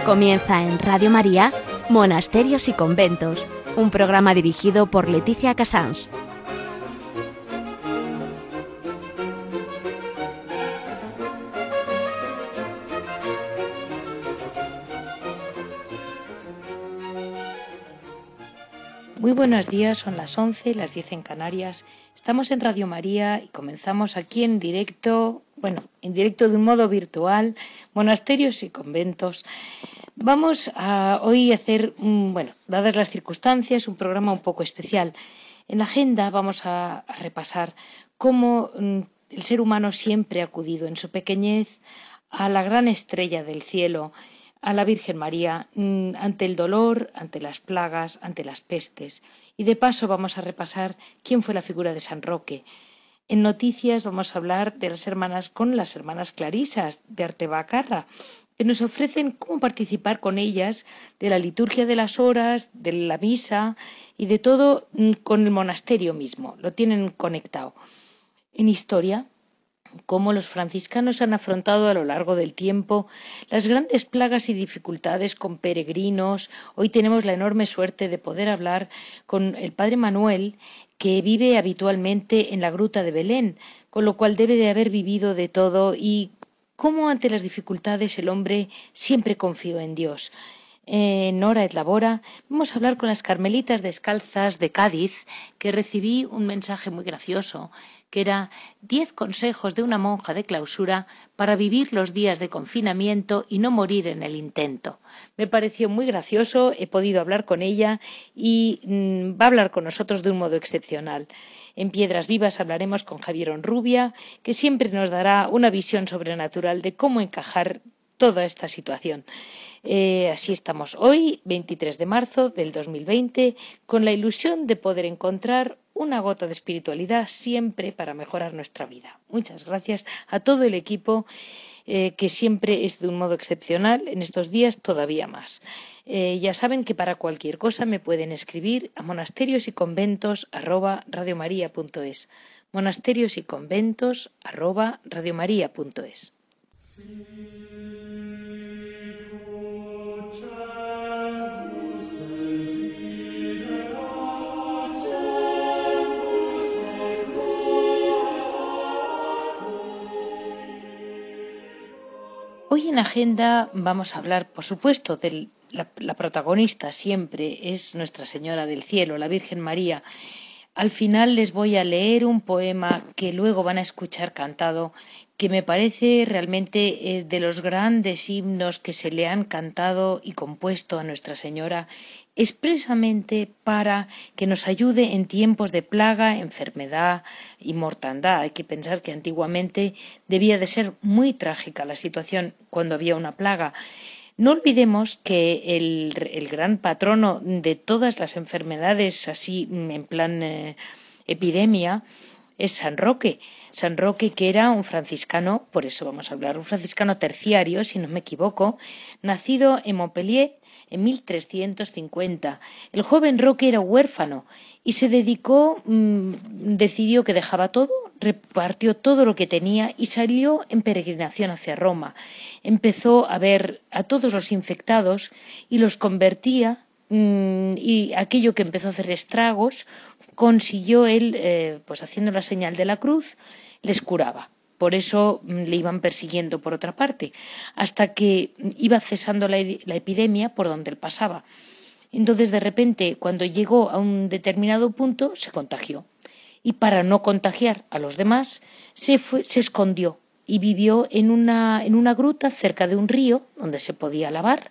Comienza en Radio María, Monasterios y Conventos, un programa dirigido por Leticia Casans. Muy buenos días, son las 11, las 10 en Canarias. Estamos en Radio María y comenzamos aquí en directo de un modo virtual, Monasterios y Conventos. Vamos a hoy hacer, dadas las circunstancias, un programa un poco especial. En la agenda vamos a repasar cómo el ser humano siempre ha acudido en su pequeñez a la gran estrella del cielo, a la Virgen María, ante el dolor, ante las plagas, ante las pestes. Y de paso vamos a repasar quién fue la figura de San Roque. En noticias vamos a hablar de las hermanas clarisas de Artebacarra, que nos ofrecen cómo participar con ellas de la liturgia de las horas, de la misa y de todo con el monasterio mismo. Lo tienen conectado. En historia, cómo los franciscanos han afrontado a lo largo del tiempo las grandes plagas y dificultades con peregrinos. Hoy tenemos la enorme suerte de poder hablar con el padre Manuel, que vive habitualmente en la gruta de Belén, con lo cual debe de haber vivido de todo y cómo ante las dificultades el hombre siempre confió en Dios. En Hora et Labora vamos a hablar con las Carmelitas Descalzas de Cádiz, que recibí un mensaje muy gracioso, que era 10 consejos de una monja de clausura para vivir los días de confinamiento y no morir en el intento. Me pareció muy gracioso, he podido hablar con ella y va a hablar con nosotros de un modo excepcional. En Piedras Vivas hablaremos con Javier Onrubia, que siempre nos dará una visión sobrenatural de cómo encajar toda esta situación. Así estamos hoy, 23 de marzo del 2020, con la ilusión de poder encontrar una gota de espiritualidad siempre para mejorar nuestra vida. Muchas gracias a todo el equipo, que siempre es de un modo excepcional, en estos días todavía más. Ya saben que para cualquier cosa me pueden escribir a monasteriosyconventos@radiomaria.es, monasteriosyconventos@radiomaria.es. Hoy en agenda vamos a hablar, por supuesto, de la protagonista siempre es Nuestra Señora del Cielo, la Virgen María. Al final les voy a leer un poema que luego van a escuchar cantado, que me parece realmente de los grandes himnos que se le han cantado y compuesto a Nuestra Señora, expresamente para que nos ayude en tiempos de plaga, enfermedad y mortandad. Hay que pensar que antiguamente debía de ser muy trágica la situación cuando había una plaga. No olvidemos que el gran patrono de todas las enfermedades así en plan epidemia es San Roque. San Roque, que era un franciscano, por eso vamos a hablar, un franciscano terciario, si no me equivoco, nacido en Montpellier en 1350. El joven Roque era huérfano y se dedicó, decidió que dejaba todo, repartió todo lo que tenía y salió en peregrinación hacia Roma. Empezó a ver a todos los infectados y los convertía, y aquello que empezó a hacer estragos, consiguió él, haciendo la señal de la cruz, les curaba. Por eso le iban persiguiendo por otra parte, hasta que iba cesando la epidemia por donde él pasaba. Entonces, de repente, cuando llegó a un determinado punto, se contagió. Y para no contagiar a los demás, se escondió y vivió en una gruta cerca de un río donde se podía lavar,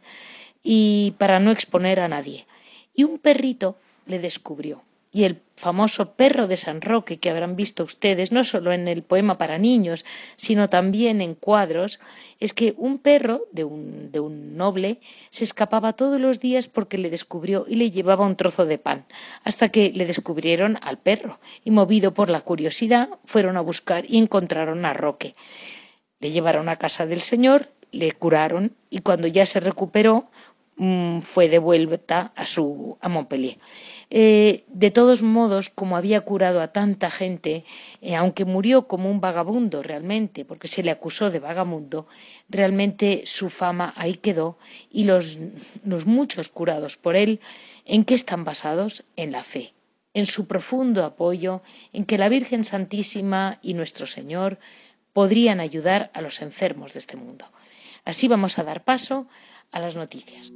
y para no exponer a nadie. Y un perrito le descubrió. Y el famoso perro de San Roque, que habrán visto ustedes no solo en el poema para niños, sino también en cuadros, es que un perro de un noble se escapaba todos los días porque le descubrió y le llevaba un trozo de pan, hasta que le descubrieron al perro y, movido por la curiosidad, fueron a buscar y encontraron a Roque. Le llevaron a casa del señor, le curaron y cuando ya se recuperó, fue de vuelta a Montpellier. De todos modos, como había curado a tanta gente, aunque murió como un vagabundo realmente, porque se le acusó de vagabundo, realmente su fama ahí quedó y los muchos curados por él, ¿en qué están basados? En la fe, en su profundo apoyo, en que la Virgen Santísima y nuestro Señor podrían ayudar a los enfermos de este mundo. Así vamos a dar paso a las noticias.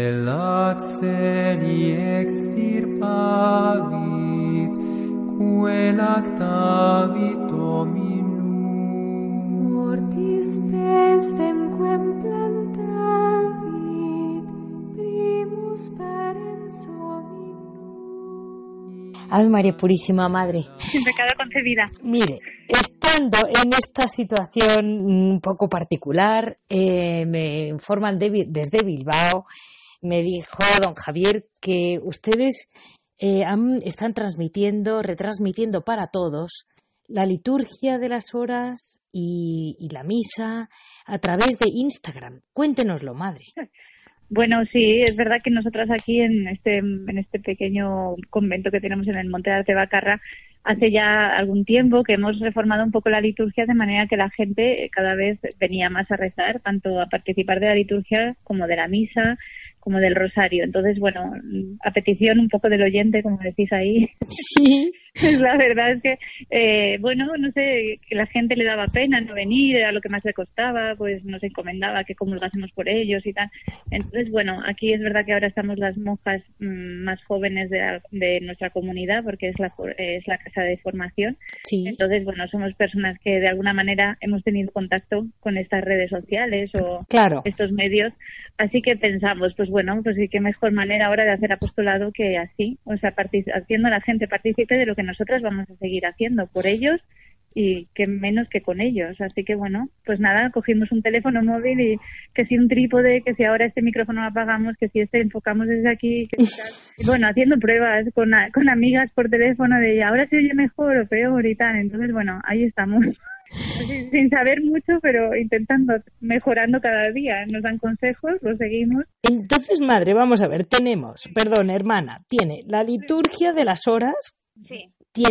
Ave María Purísima, Madre. Sin pecado concebida. Mire, estando en esta situación un poco particular, me informan desde Bilbao, me dijo don Javier que ustedes están retransmitiendo para todos la liturgia de las horas y la misa a través de Instagram. Cuéntenoslo, Madre. Bueno, sí, es verdad que nosotras aquí en este pequeño convento que tenemos en el Monte de Artebacarra, hace ya algún tiempo que hemos reformado un poco la liturgia de manera que la gente cada vez venía más a rezar, tanto a participar de la liturgia como de la misa, como del rosario. Entonces, bueno, a petición un poco del oyente, como decís ahí. Sí. La verdad es que, bueno, no sé, que la gente le daba pena no venir, era lo que más le costaba, pues nos encomendaba que comulgásemos por ellos y tal. Entonces, bueno, aquí es verdad que ahora estamos las monjas más jóvenes de nuestra comunidad, porque es la casa de formación. Sí. Entonces, bueno, somos personas que de alguna manera hemos tenido contacto con estas redes sociales o estos medios. Así que pensamos, pues bueno, pues sí, qué mejor manera ahora de hacer apostolado que así, o sea, haciendo a la gente partícipe de lo que nosotras vamos a seguir haciendo por ellos y que menos que con ellos. Así que bueno, pues nada, cogimos un teléfono móvil y que si un trípode, que si ahora este micrófono lo apagamos, que si este enfocamos desde aquí, que si tal. Y bueno, haciendo pruebas con amigas por teléfono de ahora se oye mejor o peor y tal. Entonces bueno, ahí estamos. Sin saber mucho, pero intentando, mejorando cada día. Nos dan consejos, los seguimos. Entonces, Madre, vamos a ver, hermana, tiene la liturgia de las horas, sí.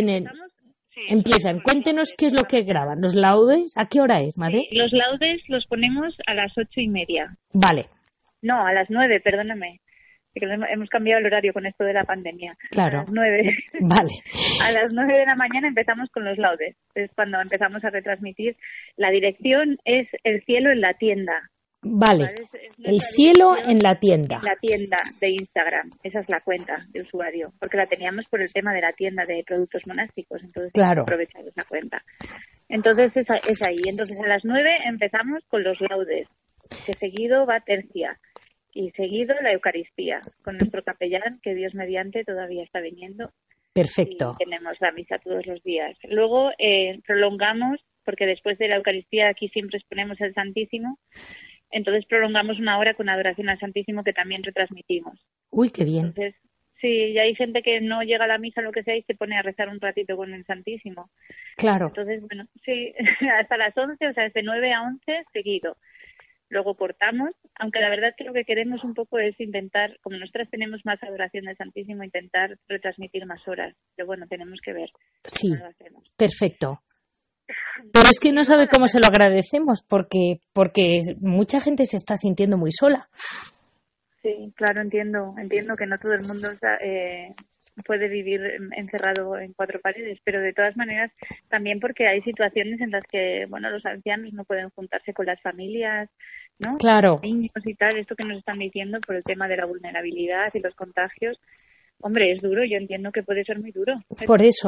Empiezan, cuéntenos qué es lo que graban, los laudes, ¿a qué hora es, Madre? Sí, los laudes los ponemos a las 8:30. Vale. No, a las 9, perdóname. Que hemos cambiado el horario con esto de la pandemia. Claro. A las 9. Vale. A las 9 de la mañana empezamos con los laudes. Es cuando empezamos a retransmitir. La dirección es El cielo en la tienda. Vale. El cielo en la tienda. La tienda de Instagram. Esa es la cuenta de usuario. Porque la teníamos por el tema de la tienda de productos monásticos. Entonces claro. Aprovechamos esa cuenta. Entonces es ahí. Entonces a las 9 empezamos con los laudes. Que seguido va tercia. Y seguido la Eucaristía, con nuestro capellán, que Dios mediante todavía está viniendo. Perfecto. Y tenemos la misa todos los días. Luego prolongamos, porque después de la Eucaristía aquí siempre exponemos el Santísimo, entonces prolongamos 1 hora con adoración al Santísimo que también retransmitimos. Uy, qué bien. Entonces, sí, y hay gente que no llega a la misa, lo que sea, y se pone a rezar un ratito con el Santísimo. Claro. Entonces, bueno, sí, hasta las 11, o sea, de 9 a 11 seguido. Luego cortamos, aunque la verdad es que lo que queremos un poco es intentar, como nosotras tenemos más adoración del Santísimo, intentar retransmitir más horas. Pero bueno, tenemos que ver sí, cómo lo hacemos. Perfecto. Pero es que no sabe cómo se lo agradecemos, porque mucha gente se está sintiendo muy sola. Sí, claro, entiendo que no todo el mundo puede vivir encerrado en 4 paredes, pero de todas maneras también porque hay situaciones en las que, bueno, los ancianos no pueden juntarse con las familias, ¿no? Claro. Los niños y tal, esto que nos están diciendo por el tema de la vulnerabilidad y los contagios. Hombre, es duro, yo entiendo que puede ser muy duro. Por eso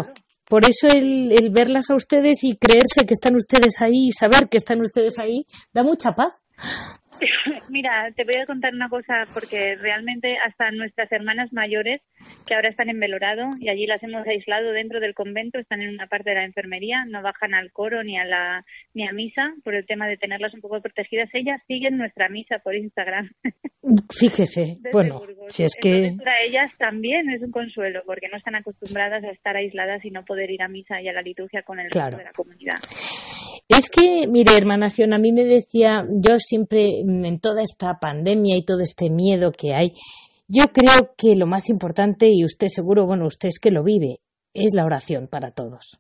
el verlas a ustedes y creerse que están ustedes ahí y saber que están ustedes ahí da mucha paz. Mira, te voy a contar una cosa, porque realmente hasta nuestras hermanas mayores, que ahora están en Belorado, y allí las hemos aislado dentro del convento, están en una parte de la enfermería, no bajan al coro ni a misa, por el tema de tenerlas un poco protegidas. Ellas siguen nuestra misa por Instagram. Fíjese, bueno, Burgos. Si es que... Entonces, para ellas también es un consuelo, porque no están acostumbradas a estar aisladas y no poder ir a misa y a la liturgia con el resto de la comunidad. Es que, mire, hermana Sion, a mí me decía, yo siempre, en toda esta pandemia y todo este miedo que hay, Yo creo que lo más importante, y usted seguro, bueno, usted es que lo vive, es la oración para todos.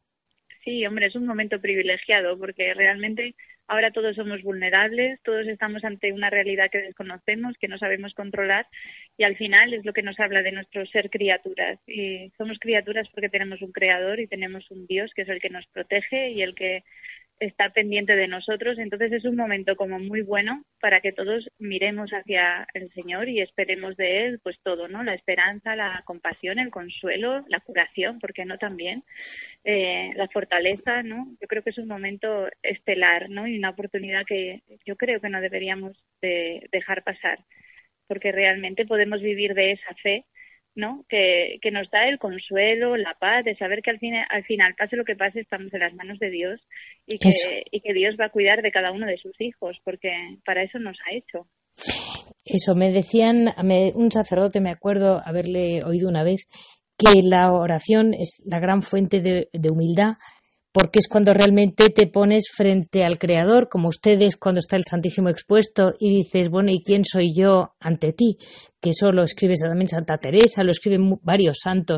Sí, hombre, es un momento privilegiado porque realmente ahora todos somos vulnerables, todos estamos ante una realidad que desconocemos, que no sabemos controlar y al final es lo que nos habla de nuestro ser criaturas. Y somos criaturas porque tenemos un creador y tenemos un Dios que es el que nos protege y el que está pendiente de nosotros. Entonces es un momento como muy bueno para que todos miremos hacia el Señor y esperemos de Él pues todo, ¿no? La esperanza, la compasión, el consuelo, la curación, ¿por qué no también? La fortaleza, ¿no? Yo creo que es un momento estelar, ¿no? Y una oportunidad que yo creo que no deberíamos de dejar pasar, porque realmente podemos vivir de esa fe, ¿no? Que nos da el consuelo, la paz, de saber que al final, pase lo que pase, estamos en las manos de Dios y que Dios va a cuidar de cada uno de sus hijos, porque para eso nos ha hecho. Eso, me decían, un sacerdote, me acuerdo haberle oído una vez, que la oración es la gran fuente de humildad, porque es cuando realmente te pones frente al Creador, como ustedes cuando está el Santísimo expuesto y dices, bueno, ¿y quién soy yo ante ti? Que eso lo escribe también Santa Teresa, lo escriben varios santos.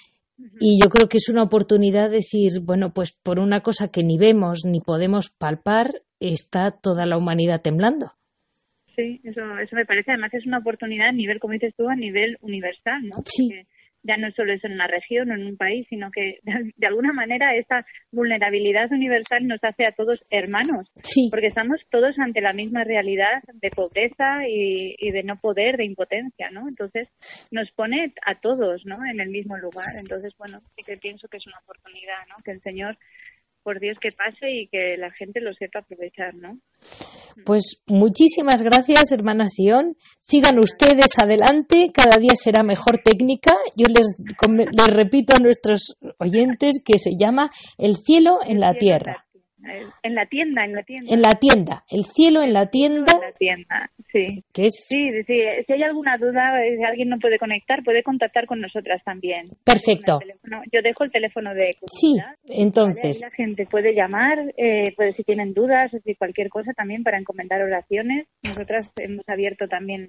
Y yo creo que es una oportunidad de decir, bueno, pues por una cosa que ni vemos ni podemos palpar, está toda la humanidad temblando. Sí, eso me parece. Además es una oportunidad a nivel, como dices tú, a nivel universal, ¿no? Sí. Porque ya no solo es en una región o en un país, sino que de alguna manera esta vulnerabilidad universal nos hace a todos hermanos, sí. Porque estamos todos ante la misma realidad de pobreza y de no poder, de impotencia, ¿no? Entonces nos pone a todos, ¿no? En el mismo lugar. Entonces, bueno, sí que pienso que es una oportunidad, ¿no? Que el Señor, por Dios, que pase y que la gente lo sepa aprovechar, ¿no? Pues muchísimas gracias, hermana Sion. Sigan ustedes adelante, cada día será mejor técnica. Yo les repito a nuestros oyentes que se llama El cielo en la tierra. En la tienda. En la tienda, el cielo en la tienda. En la tienda, sí. Que es... Sí, si hay alguna duda, si alguien no puede conectar, puede contactar con nosotras también. Perfecto. Yo dejo el teléfono de Sí, comunidad. entonces. Vale, la gente puede llamar, si tienen dudas o si cualquier cosa también para encomendar oraciones. Nosotras hemos abierto también,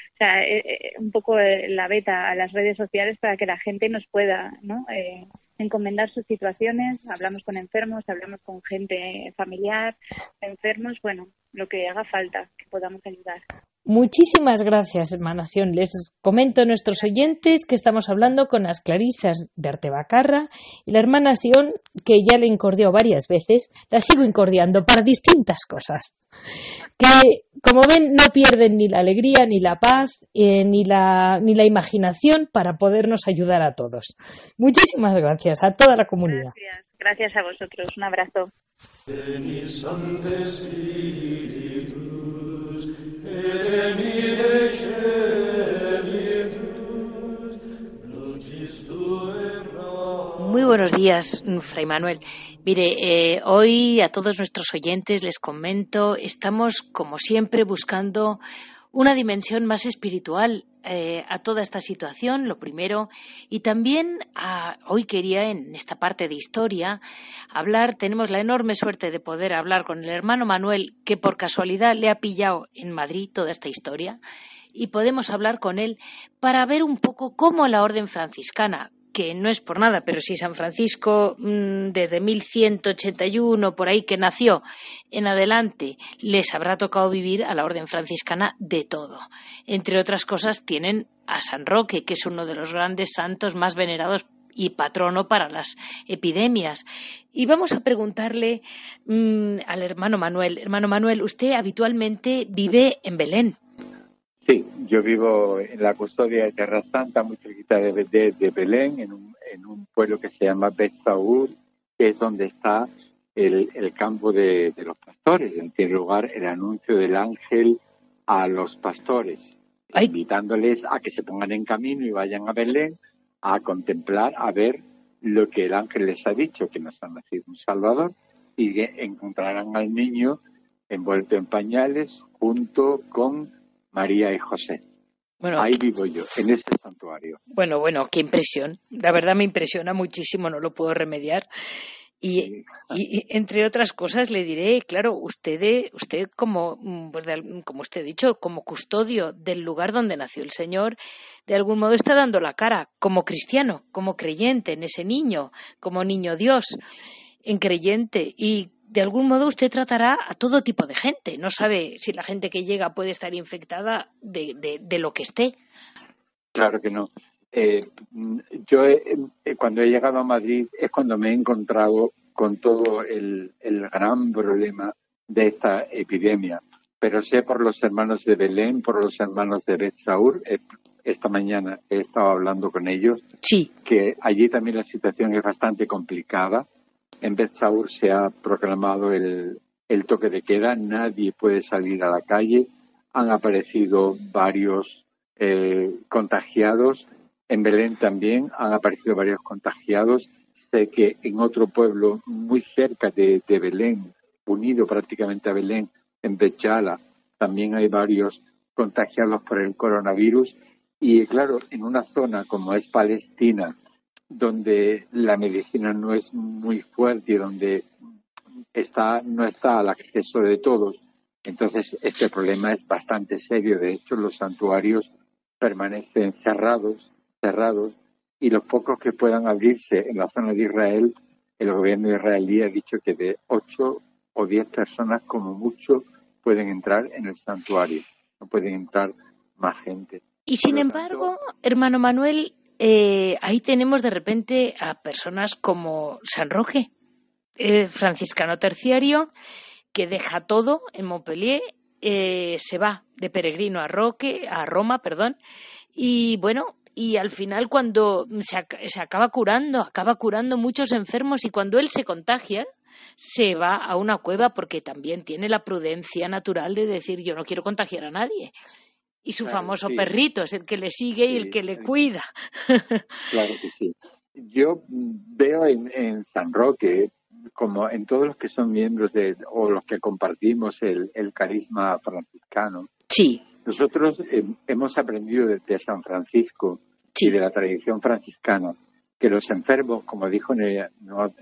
un poco la beta a las redes sociales para que la gente nos pueda, ¿no? Encomendar sus situaciones. Hablamos con enfermos, hablamos con gente familiar, enfermos, bueno, lo que haga falta, que podamos ayudar. Muchísimas gracias, hermana Sion. Les comento a nuestros oyentes que estamos hablando con las clarisas de Artebacarra y la hermana Sion, que ya le incordió varias veces, la sigo incordiando para distintas cosas. Que, como ven, no pierden ni la alegría, ni la paz, ni la imaginación para podernos ayudar a todos. Muchísimas gracias a toda la comunidad. Gracias a vosotros. Un abrazo. Muy buenos días, Fray Manuel. Mire, hoy a todos nuestros oyentes les comento, estamos como siempre buscando una dimensión más espiritual a toda esta situación, lo primero, y también hoy quería en esta parte de historia tenemos la enorme suerte de poder hablar con el hermano Manuel, que por casualidad le ha pillado en Madrid toda esta historia, y podemos hablar con él para ver un poco cómo la orden franciscana, que no es por nada, pero si San Francisco desde 1181, por ahí que nació en adelante, les habrá tocado vivir a la orden franciscana de todo. Entre otras cosas tienen a San Roque, que es uno de los grandes santos más venerados y patrono para las epidemias. Y vamos a preguntarle al hermano Manuel. Hermano Manuel, usted habitualmente vive en Belén. Sí, yo vivo en la custodia de Tierra Santa, muy cerquita de Belén, en un pueblo que se llama Bet Saúl, que es donde está el campo de los pastores. Tiene lugar el anuncio del ángel a los pastores, invitándoles a que se pongan en camino y vayan a Belén a contemplar, a ver lo que el ángel les ha dicho, que nos ha nacido un Salvador, y que encontrarán al niño envuelto en pañales junto con María y José. Bueno, ahí vivo yo, en ese santuario. Bueno, qué impresión. La verdad me impresiona muchísimo, no lo puedo remediar. Y entre otras cosas le diré, claro, usted como usted ha dicho, como custodio del lugar donde nació el Señor, de algún modo está dando la cara como cristiano, como creyente en ese niño, como niño Dios, en creyente. Y de algún modo usted tratará a todo tipo de gente. No sabe si la gente que llega puede estar infectada de lo que esté. Claro que no. Yo cuando he llegado a Madrid es cuando me he encontrado con todo el gran problema de esta epidemia. Pero sé por los hermanos de Belén, por los hermanos de Betsaur, esta mañana he estado hablando con ellos, sí, que allí también la situación es bastante complicada. En Betsaur se ha proclamado el toque de queda, nadie puede salir a la calle, han aparecido varios contagiados. En Belén también han aparecido varios contagiados. Sé que en otro pueblo muy cerca de Belén, unido prácticamente a Belén, en Bechala, también hay varios contagiados por el coronavirus. Y claro, en una zona como es Palestina, donde la medicina no es muy fuerte y donde no está al acceso de todos, entonces este problema es bastante serio. De hecho, los santuarios permanecen cerrados, y los pocos que puedan abrirse en la zona de Israel, el gobierno israelí ha dicho que de 8 o 10 personas como mucho pueden entrar en el santuario, no pueden entrar más gente. Y sin embargo, hermano Manuel, ahí tenemos de repente a personas como San Roque, franciscano terciario, que deja todo en Montpellier, se va de peregrino a Roma, y bueno, y al final cuando se acaba curando muchos enfermos, y cuando él se contagia, se va a una cueva porque también tiene la prudencia natural de decir yo no quiero contagiar a nadie. Y su famoso perrito es el que le sigue y el que le cuida. Claro que sí. Yo veo en San Roque, como en todos los que son miembros o los que compartimos el carisma franciscano, sí, nosotros hemos aprendido de San Francisco y de la tradición franciscana que los enfermos, como dijo en el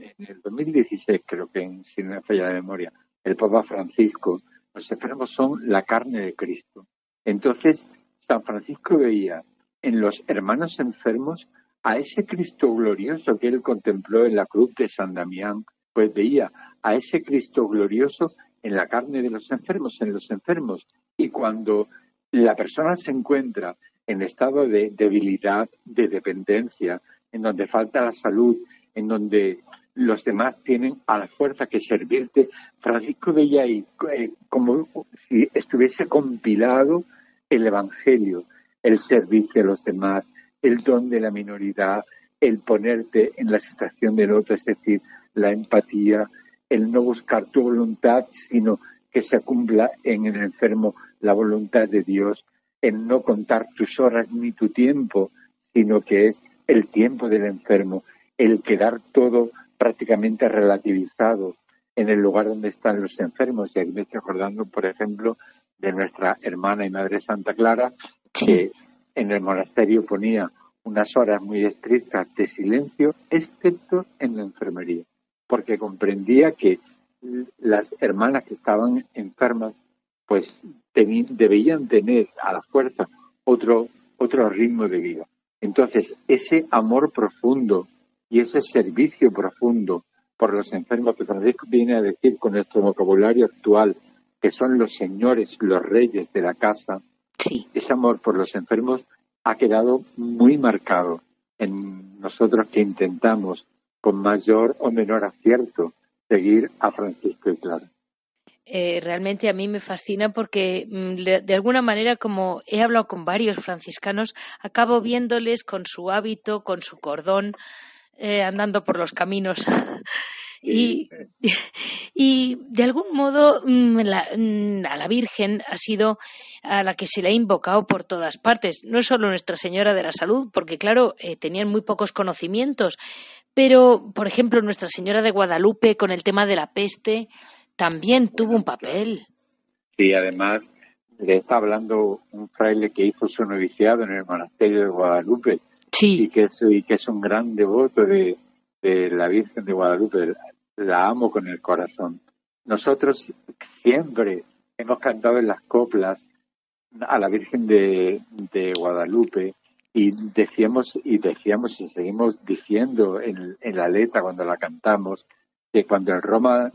2016, creo que si no me falla la memoria, el Papa Francisco, los enfermos son la carne de Cristo. Entonces, San Francisco veía en los hermanos enfermos a ese Cristo glorioso que él contempló en la cruz de San Damián, pues veía a ese Cristo glorioso en la carne de los enfermos, en los enfermos. Y cuando la persona se encuentra en estado de debilidad, de dependencia, en donde falta la salud, en donde los demás tienen a la fuerza que servirte, Francisco veía ahí como si estuviese compilado el Evangelio, el servicio a los demás, el don de la minoridad, el ponerte en la situación del otro, es decir, la empatía, el no buscar tu voluntad, sino que se cumpla en el enfermo la voluntad de Dios, el no contar tus horas ni tu tiempo, sino que es el tiempo del enfermo, el quedar todo prácticamente relativizado en el lugar donde están los enfermos. Y aquí me estoy acordando, por ejemplo, de nuestra hermana y madre Santa Clara, que en el monasterio ponía unas horas muy estrictas de silencio, excepto en la enfermería, porque comprendía que las hermanas que estaban enfermas pues debían tener a la fuerza otro ritmo de vida. Entonces, ese amor profundo y ese servicio profundo por los enfermos que Francisco viene a decir con nuestro vocabulario actual, que son los señores, los reyes de la casa, ese amor por los enfermos ha quedado muy marcado en nosotros que intentamos, con mayor o menor acierto, seguir a Francisco y Clara. Realmente a mí me fascina porque de alguna manera, como he hablado con varios franciscanos, acabo viéndoles con su hábito, con su cordón, andando por los caminos. Y de algún modo a la Virgen ha sido a la que se le ha invocado por todas partes. No es solo Nuestra Señora de la Salud, porque claro, tenían muy pocos conocimientos, pero por ejemplo Nuestra Señora de Guadalupe con el tema de la peste también tuvo un papel. Sí, además le está hablando un fraile que hizo su noviciado en el monasterio de Guadalupe, y que es un gran devoto de la Virgen de Guadalupe, la amo con el corazón. Nosotros siempre hemos cantado en las coplas a la Virgen de Guadalupe y decíamos y seguimos diciendo en la letra cuando la cantamos que cuando en Roma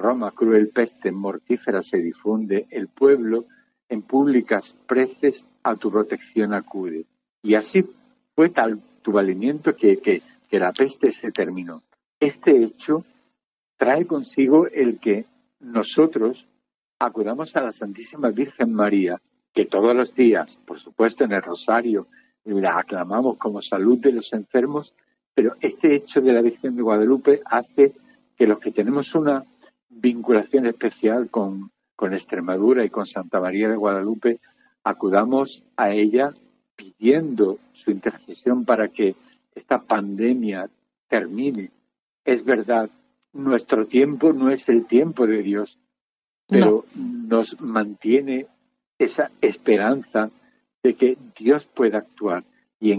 cruel peste mortífera se difunde, el pueblo en públicas preces a tu protección acude. Y así fue tal tu valimiento que la peste se terminó. Este hecho trae consigo el que nosotros acudamos a la Santísima Virgen María, que todos los días, por supuesto en el rosario, la aclamamos como salud de los enfermos, pero este hecho de la Virgen de Guadalupe hace que los que tenemos una vinculación especial con Extremadura y con Santa María de Guadalupe, acudamos a ella pidiendo su intercesión para que esta pandemia termine. Es verdad, nuestro tiempo no es el tiempo de Dios, pero nos mantiene esa esperanza de que Dios pueda actuar. Y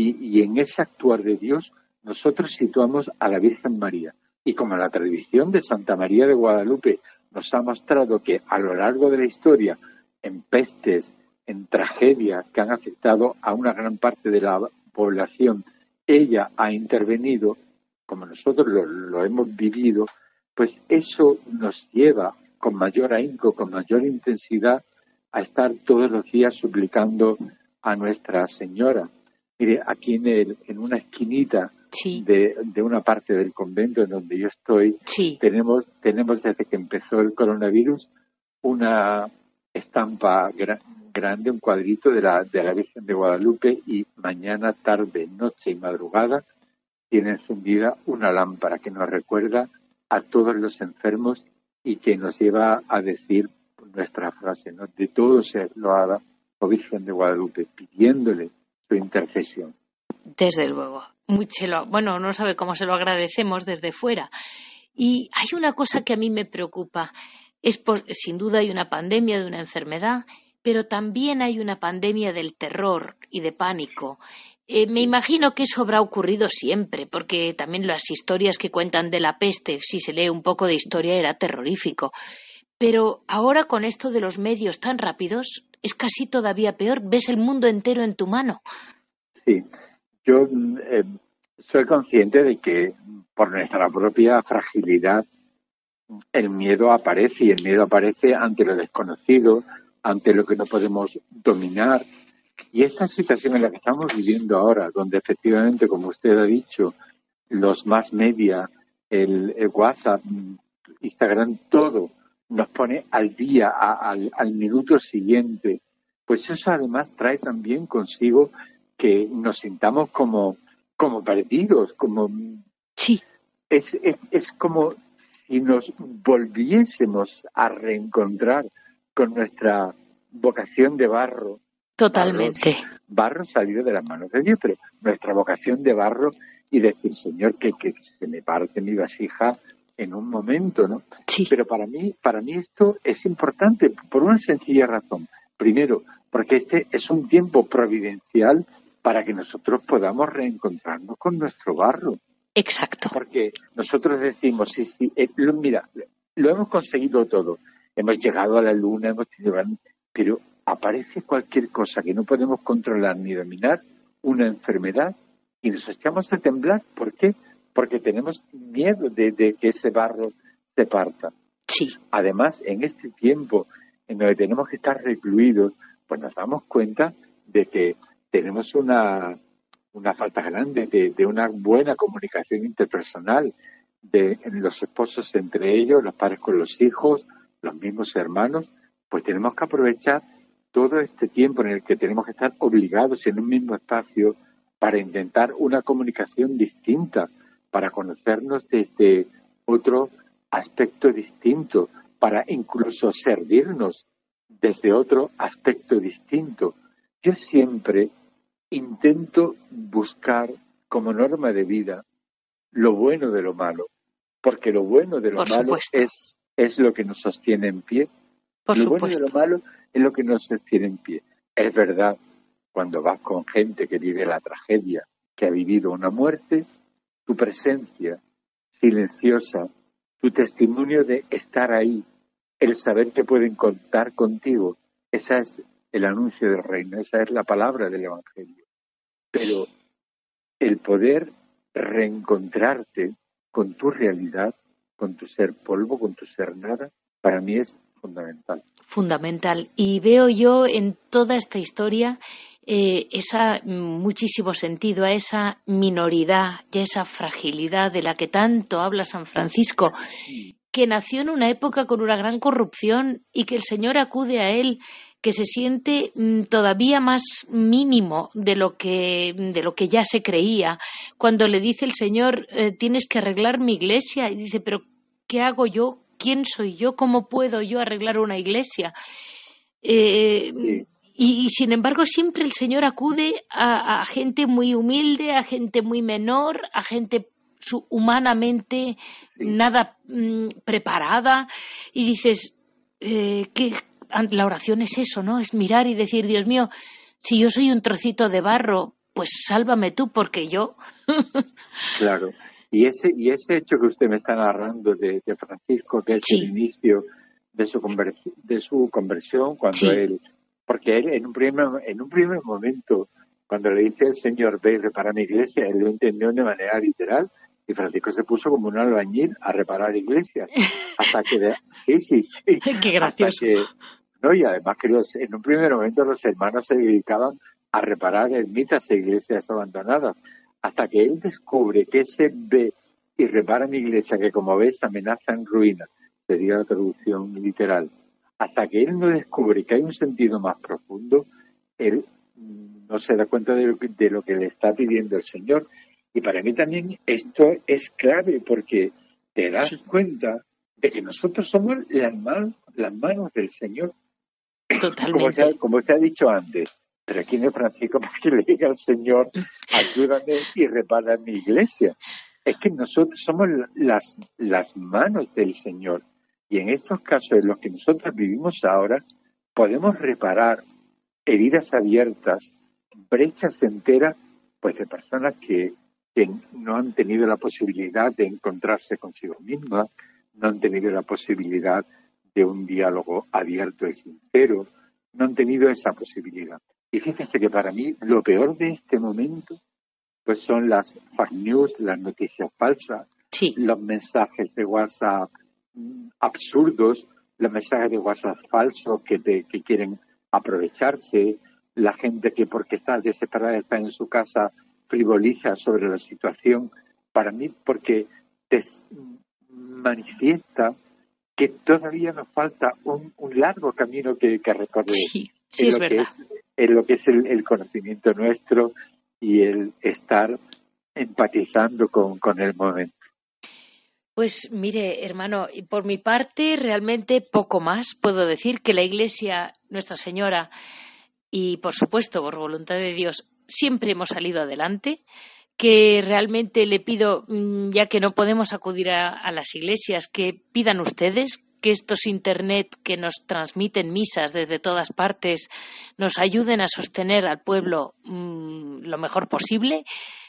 en ese actuar de Dios, nosotros situamos a la Virgen María. Y como la tradición de Santa María de Guadalupe nos ha mostrado que a lo largo de la historia, en pestes, en tragedias que han afectado a una gran parte de la población, ella ha intervenido, como nosotros lo hemos vivido, pues eso nos lleva con mayor ahínco, con mayor intensidad, a estar todos los días suplicando a Nuestra Señora. Mire, aquí en una esquinita de una parte del convento en donde yo estoy, tenemos desde que empezó el coronavirus una estampa grande, un cuadrito de la Virgen de Guadalupe, y mañana, tarde, noche y madrugada tiene encendida una lámpara que nos recuerda a todos los enfermos y que nos lleva a decir nuestra frase, ¿no? De todo ser loada, oh Virgen de Guadalupe, pidiéndole su intercesión. Desde luego. Bueno, no sabe cómo se lo agradecemos desde fuera. Y hay una cosa que a mí me preocupa. Sin duda hay una pandemia de una enfermedad, pero también hay una pandemia del terror y de pánico. Me imagino que eso habrá ocurrido siempre, porque también las historias que cuentan de la peste, si se lee un poco de historia, era terrorífico. Pero ahora, con esto de los medios tan rápidos, es casi todavía peor. Ves el mundo entero en tu mano. Sí, yo soy consciente de que por nuestra propia fragilidad el miedo aparece, y el miedo aparece ante lo desconocido, ante lo que no podemos dominar. Y esta situación en la que estamos viviendo ahora, donde efectivamente, como usted ha dicho, los más media, el WhatsApp, Instagram, todo nos pone al día, al minuto siguiente, pues eso además trae también consigo que nos sintamos como perdidos, como... Sí. Es como si nos volviésemos a reencontrar con nuestra vocación de barro. Totalmente. Barro salido de las manos de Dios, pero nuestra vocación de barro, y decir, Señor, que se me parte mi vasija en un momento, ¿no? Sí. Pero para mí esto es importante por una sencilla razón. Primero, porque este es un tiempo providencial para que nosotros podamos reencontrarnos con nuestro barro. Exacto. Porque nosotros decimos, mira, lo hemos conseguido todo. Hemos llegado a la luna, pero aparece cualquier cosa que no podemos controlar ni dominar, una enfermedad, y nos echamos a temblar. ¿Por qué? Porque tenemos miedo de que ese barro se parta. Sí. Además, en este tiempo en donde tenemos que estar recluidos, pues nos damos cuenta de que tenemos una falta grande de una buena comunicación interpersonal, de los esposos entre ellos, los padres con los hijos, los mismos hermanos. Pues tenemos que aprovechar todo este tiempo en el que tenemos que estar obligados en un mismo espacio para intentar una comunicación distinta, para conocernos desde otro aspecto distinto, para incluso servirnos desde otro aspecto distinto. Yo siempre intento buscar como norma de vida lo bueno de lo malo, porque lo bueno de lo malo es lo que nos sostiene en pie. Lo bueno de lo malo es lo que nos sostiene en pie. Es verdad, cuando vas con gente que vive la tragedia, que ha vivido una muerte, tu presencia silenciosa, tu testimonio de estar ahí, el saber que pueden contar contigo. Ese es el anuncio del reino, esa es la palabra del Evangelio. Pero el poder reencontrarte con tu realidad, con tu ser polvo, con tu ser nada, para mí es fundamental. Fundamental. Y veo yo en toda esta historia muchísimo sentido a esa minoridad y a esa fragilidad de la que tanto habla San Francisco, que nació en una época con una gran corrupción y que el Señor acude a él, que se siente todavía más mínimo de lo que ya se creía, cuando le dice el Señor, tienes que arreglar mi iglesia, y dice, pero ¿qué hago yo? ¿Quién soy yo? ¿Cómo puedo yo arreglar una iglesia? Sí. Y sin embargo siempre el Señor acude a gente muy humilde, a gente muy menor, a gente humanamente nada preparada, y dices que la oración es eso, ¿no? Es mirar y decir, Dios mío, si yo soy un trocito de barro, pues sálvame tú, porque yo... Claro. Y ese hecho que usted me está narrando de Francisco, que es el inicio de su conversión, cuando él, porque él en un primer momento, cuando le dice el Señor, ve y repara mi iglesia, él lo entendió de manera literal, y Francisco se puso como un albañil a reparar iglesias, hasta que sí. Qué gracioso. Y además que en un primer momento los hermanos se dedicaban a reparar ermitas e iglesias abandonadas, hasta que él descubre que ese ve y repara mi iglesia, que como ves amenaza en ruina, sería la traducción literal, hasta que él no descubre que hay un sentido más profundo, él no se da cuenta de lo que le está pidiendo el Señor. Y para mí también esto es clave, porque te das cuenta de que nosotros somos las manos del Señor. Totalmente. Como te ha dicho antes, pero aquí no es Francisco para que le diga al Señor, ayúdame y repara mi iglesia. Es que nosotros somos las manos del Señor. Y en estos casos en los que nosotros vivimos ahora, podemos reparar heridas abiertas, brechas enteras, pues de personas que no han tenido la posibilidad de encontrarse consigo mismas, no han tenido la posibilidad de un diálogo abierto y sincero, no han tenido esa posibilidad. Y fíjense que para mí lo peor de este momento pues son las fake news, las noticias falsas, los mensajes de WhatsApp absurdos, los mensajes de WhatsApp falsos que quieren aprovecharse, la gente que porque está desesperada está en su casa frivoliza sobre la situación, para mí porque manifiesta que todavía nos falta un largo camino que recorrer. Sí, es verdad. En lo que es el conocimiento nuestro y el estar empatizando con el momento. Pues mire, hermano, por mi parte realmente poco más puedo decir, que la Iglesia, Nuestra Señora y por supuesto por voluntad de Dios siempre hemos salido adelante, que realmente le pido, ya que no podemos acudir a las iglesias, que pidan ustedes que estos internet que nos transmiten misas desde todas partes nos ayuden a sostener al pueblo lo mejor posible,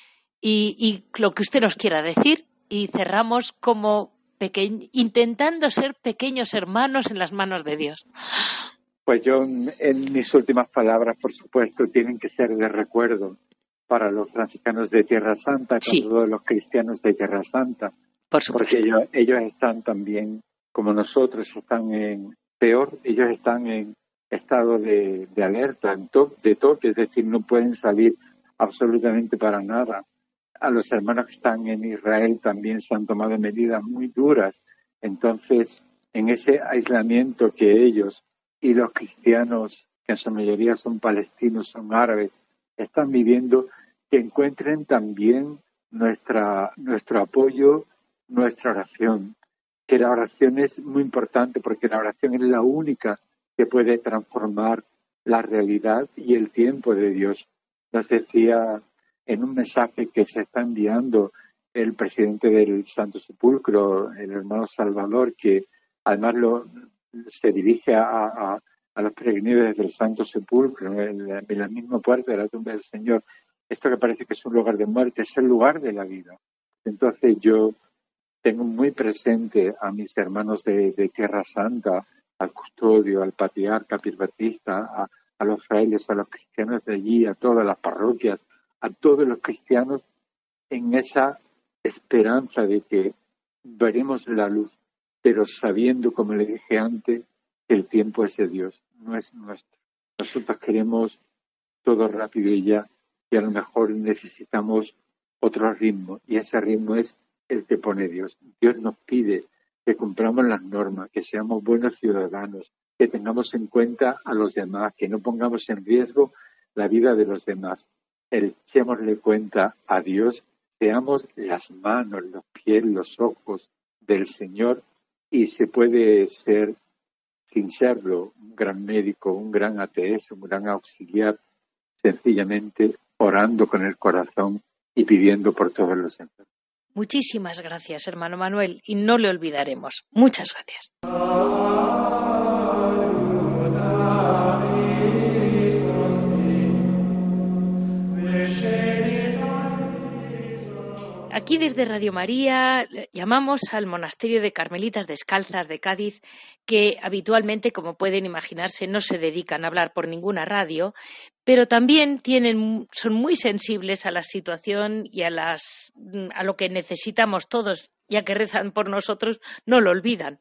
y lo que usted nos quiera decir, y cerramos como intentando ser pequeños hermanos en las manos de Dios. Pues yo, en mis últimas palabras, por supuesto, tienen que ser de recuerdo para los franciscanos de Tierra Santa, para todos los cristianos de Tierra Santa, porque ellos están también, como nosotros, están ellos están en estado de alerta, de toque, es decir, no pueden salir absolutamente para nada. A los hermanos que están en Israel también se han tomado medidas muy duras. Entonces, en ese aislamiento que ellos y los cristianos, que en su mayoría son palestinos, son árabes, están viviendo, que encuentren también nuestro apoyo, nuestra oración. Que la oración es muy importante, porque la oración es la única que puede transformar la realidad y el tiempo de Dios. Nos decía en un mensaje que se está enviando el presidente del Santo Sepulcro, el hermano Salvador, que además se dirige a los peregrinos del Santo Sepulcro, en la misma puerta de la tumba del Señor. Esto que parece que es un lugar de muerte, es el lugar de la vida. Entonces yo tengo muy presente a mis hermanos de Tierra Santa, al custodio, al patriarca Pier Battista, a los frailes, a los cristianos de allí, a todas las parroquias, a todos los cristianos, en esa esperanza de que veremos la luz, pero sabiendo, como le dije antes, que el tiempo es de Dios, no es nuestro. Nosotros queremos todo rápido y ya, y a lo mejor necesitamos otro ritmo, y ese ritmo es el que pone Dios. Dios nos pide que cumplamos las normas, que seamos buenos ciudadanos, que tengamos en cuenta a los demás, que no pongamos en riesgo la vida de los demás. Echémosle cuenta a Dios, seamos las manos, los pies, los ojos del Señor, y se puede ser, sin serlo, un gran médico, un gran ateo, un gran auxiliar, sencillamente orando con el corazón y pidiendo por todos los enfermos. Muchísimas gracias, hermano Manuel, y no le olvidaremos. Muchas gracias. Aquí desde Radio María llamamos al monasterio de Carmelitas Descalzas de Cádiz, que habitualmente, como pueden imaginarse, no se dedican a hablar por ninguna radio, pero también son muy sensibles a la situación y a lo que necesitamos todos, ya que rezan por nosotros, no lo olvidan.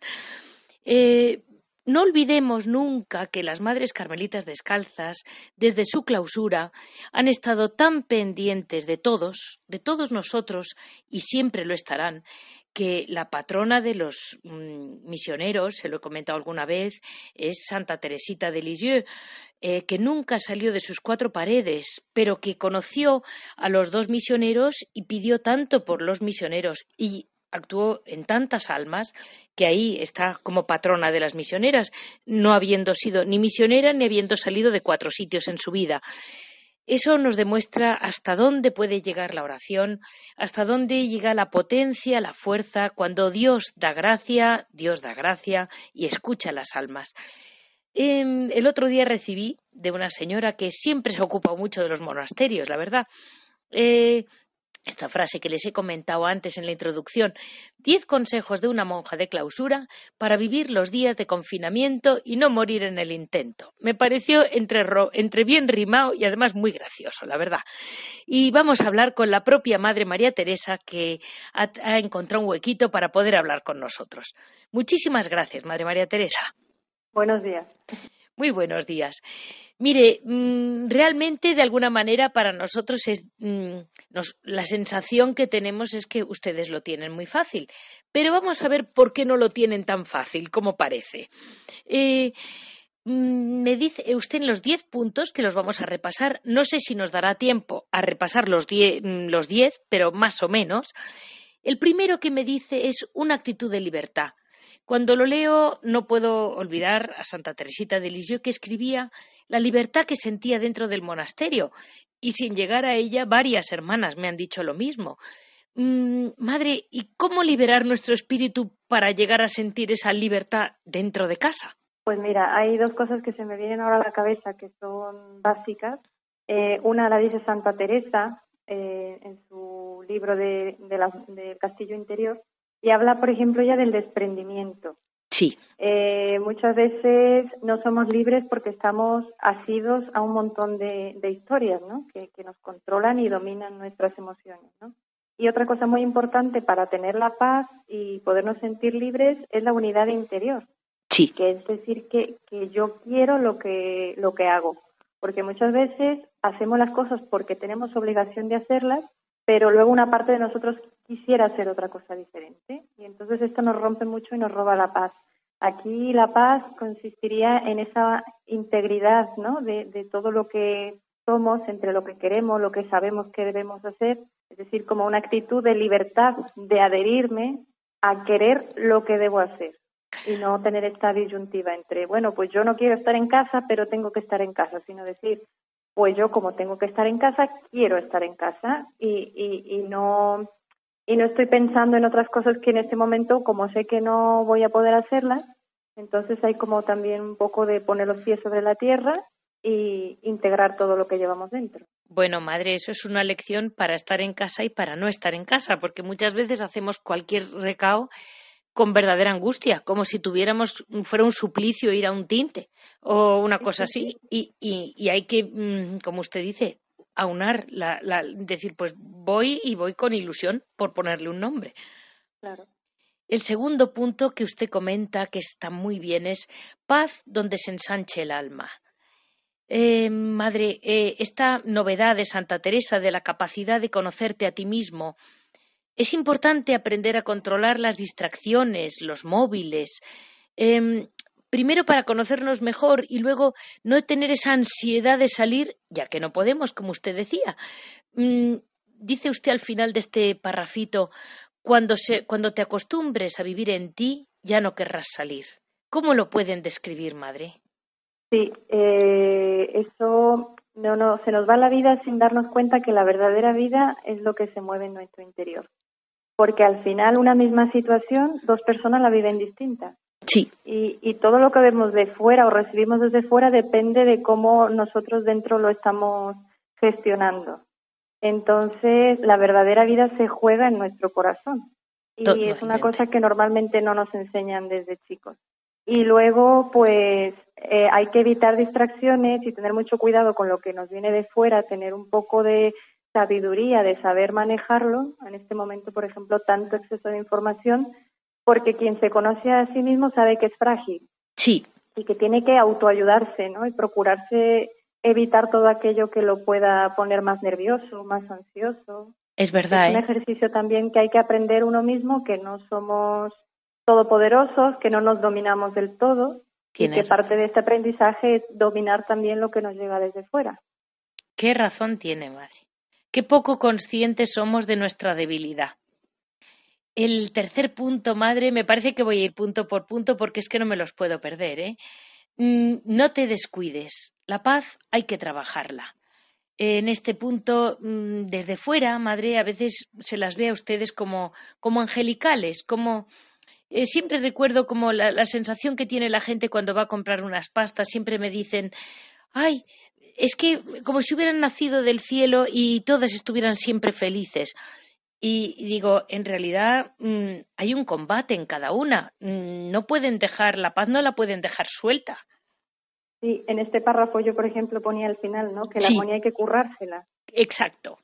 No olvidemos nunca que las Madres Carmelitas Descalzas, desde su clausura, han estado tan pendientes de todos nosotros, y siempre lo estarán, que la patrona de los misioneros, se lo he comentado alguna vez, es Santa Teresita de Lisieux, que nunca salió de sus cuatro paredes, pero que conoció a los dos misioneros y pidió tanto por los misioneros y actuó en tantas almas, que ahí está como patrona de las misioneras, no habiendo sido ni misionera ni habiendo salido de 4 sitios en su vida. Eso nos demuestra hasta dónde puede llegar la oración, hasta dónde llega la potencia, la fuerza, cuando Dios da gracia y escucha las almas. El otro día recibí de una señora que siempre se ocupa mucho de los monasterios, la verdad, esta frase que les he comentado antes en la introducción: 10 consejos de una monja de clausura para vivir los días de confinamiento y no morir en el intento. Me pareció entre bien rimado y además muy gracioso, la verdad. Y vamos a hablar con la propia Madre María Teresa, que ha encontrado un huequito para poder hablar con nosotros. Muchísimas gracias, Madre María Teresa. Buenos días. Muy buenos días. Mire, realmente de alguna manera para nosotros la sensación que tenemos es que ustedes lo tienen muy fácil, pero vamos a ver por qué no lo tienen tan fácil como parece. Me dice usted en los 10 puntos, que los vamos a repasar, no sé si nos dará tiempo a repasar los 10, pero más o menos. El primero que me dice es una actitud de libertad. Cuando lo leo no puedo olvidar a Santa Teresita de Lisieux, que escribía la libertad que sentía dentro del monasterio, y sin llegar a ella varias hermanas me han dicho lo mismo. Madre, ¿y cómo liberar nuestro espíritu para llegar a sentir esa libertad dentro de casa? Pues mira, hay 2 cosas que se me vienen ahora a la cabeza que son básicas. Una la dice Santa Teresa en su libro del Castillo Interior, y habla, por ejemplo, ya del desprendimiento. Sí. Muchas veces no somos libres porque estamos asidos a un montón de historias, ¿no? que nos controlan y dominan nuestras emociones, ¿no? Y otra cosa muy importante para tener la paz y podernos sentir libres es la unidad interior. Sí. Que es decir, que yo quiero lo que hago. Porque muchas veces hacemos las cosas porque tenemos obligación de hacerlas, pero luego una parte de nosotros quisiera hacer otra cosa diferente, y entonces esto nos rompe mucho y nos roba la paz. Aquí la paz consistiría en esa integridad, ¿no? de todo lo que somos, entre lo que queremos, lo que sabemos que debemos hacer, es decir, como una actitud de libertad, de adherirme a querer lo que debo hacer, y no tener esta disyuntiva entre, bueno, pues yo no quiero estar en casa, pero tengo que estar en casa, sino decir, pues yo, como tengo que estar en casa, quiero estar en casa y no estoy pensando en otras cosas que en este momento, como sé que no voy a poder hacerlas, entonces hay como también un poco de poner los pies sobre la tierra y integrar todo lo que llevamos dentro. Bueno, madre, eso es una lección para estar en casa y para no estar en casa, porque muchas veces hacemos cualquier recao con verdadera angustia, como si fuera un suplicio ir a un tinte o una cosa así, y hay que, como usted dice, aunar, decir, pues voy con ilusión, por ponerle un nombre. Claro. El segundo punto que usted comenta, que está muy bien, es paz donde se ensanche el alma. Madre, esta novedad de Santa Teresa de la capacidad de conocerte a ti mismo, es importante aprender a controlar las distracciones, los móviles, primero para conocernos mejor y luego no tener esa ansiedad de salir, ya que no podemos, como usted decía. Dice usted al final de este parrafito, cuando te acostumbres a vivir en ti, ya no querrás salir. ¿Cómo lo pueden describir, madre? Sí, eso no se nos va la vida sin darnos cuenta que la verdadera vida es lo que se mueve en nuestro interior. Porque al final una misma situación, dos personas la viven distinta. Sí. Y todo lo que vemos de fuera o recibimos desde fuera depende de cómo nosotros dentro lo estamos gestionando. Entonces, la verdadera vida se juega en nuestro corazón. Y es una cosa que normalmente no nos enseñan desde chicos. Y luego, pues, hay que evitar distracciones y tener mucho cuidado con lo que nos viene de fuera, tener un poco de sabiduría, de saber manejarlo. En este momento, por ejemplo, tanto exceso de información, porque quien se conoce a sí mismo sabe que es frágil. Sí. Y que tiene que autoayudarse, ¿no? Y procurarse evitar todo aquello que lo pueda poner más nervioso, más ansioso. Es verdad, Es un ejercicio también que hay que aprender uno mismo, que no somos todopoderosos, que no nos dominamos del todo. Y que parte de este aprendizaje es dominar también lo que nos llega desde fuera. Qué razón tiene, madre. Qué poco conscientes somos de nuestra debilidad. El tercer punto, madre, me parece que voy a ir punto por punto porque es que no me los puedo perder, ¿eh? No te descuides. La paz hay que trabajarla. En este punto, desde fuera, madre, a veces se las ve a ustedes como angelicales, como... siempre recuerdo como la sensación que tiene la gente cuando va a comprar unas pastas. Siempre me dicen, ay, es que como si hubieran nacido del cielo y todas estuvieran siempre felices. Y digo, en realidad hay un combate en cada una. No pueden dejar, la paz no la pueden dejar suelta. Sí, en este párrafo yo, por ejemplo, ponía al final, ¿no? Que la armonía hay que currársela. Exacto.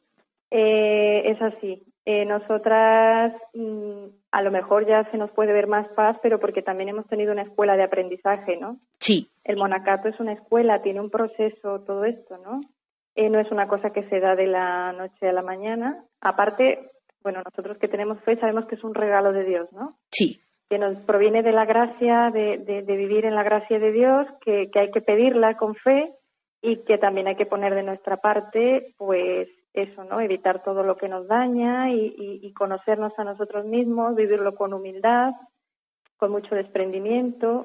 Es así. Nosotras, a lo mejor ya se nos puede ver más paz, pero porque también hemos tenido una escuela de aprendizaje, ¿no? Sí. El monacato es una escuela, tiene un proceso, todo esto, ¿no? No es una cosa que se da de la noche a la mañana. Aparte, bueno, nosotros que tenemos fe sabemos que es un regalo de Dios, ¿no? Sí. Que nos proviene de la gracia, de vivir en la gracia de Dios, que hay que pedirla con fe y que también hay que poner de nuestra parte, pues eso, ¿no? Evitar todo lo que nos daña y conocernos a nosotros mismos, vivirlo con humildad, con mucho desprendimiento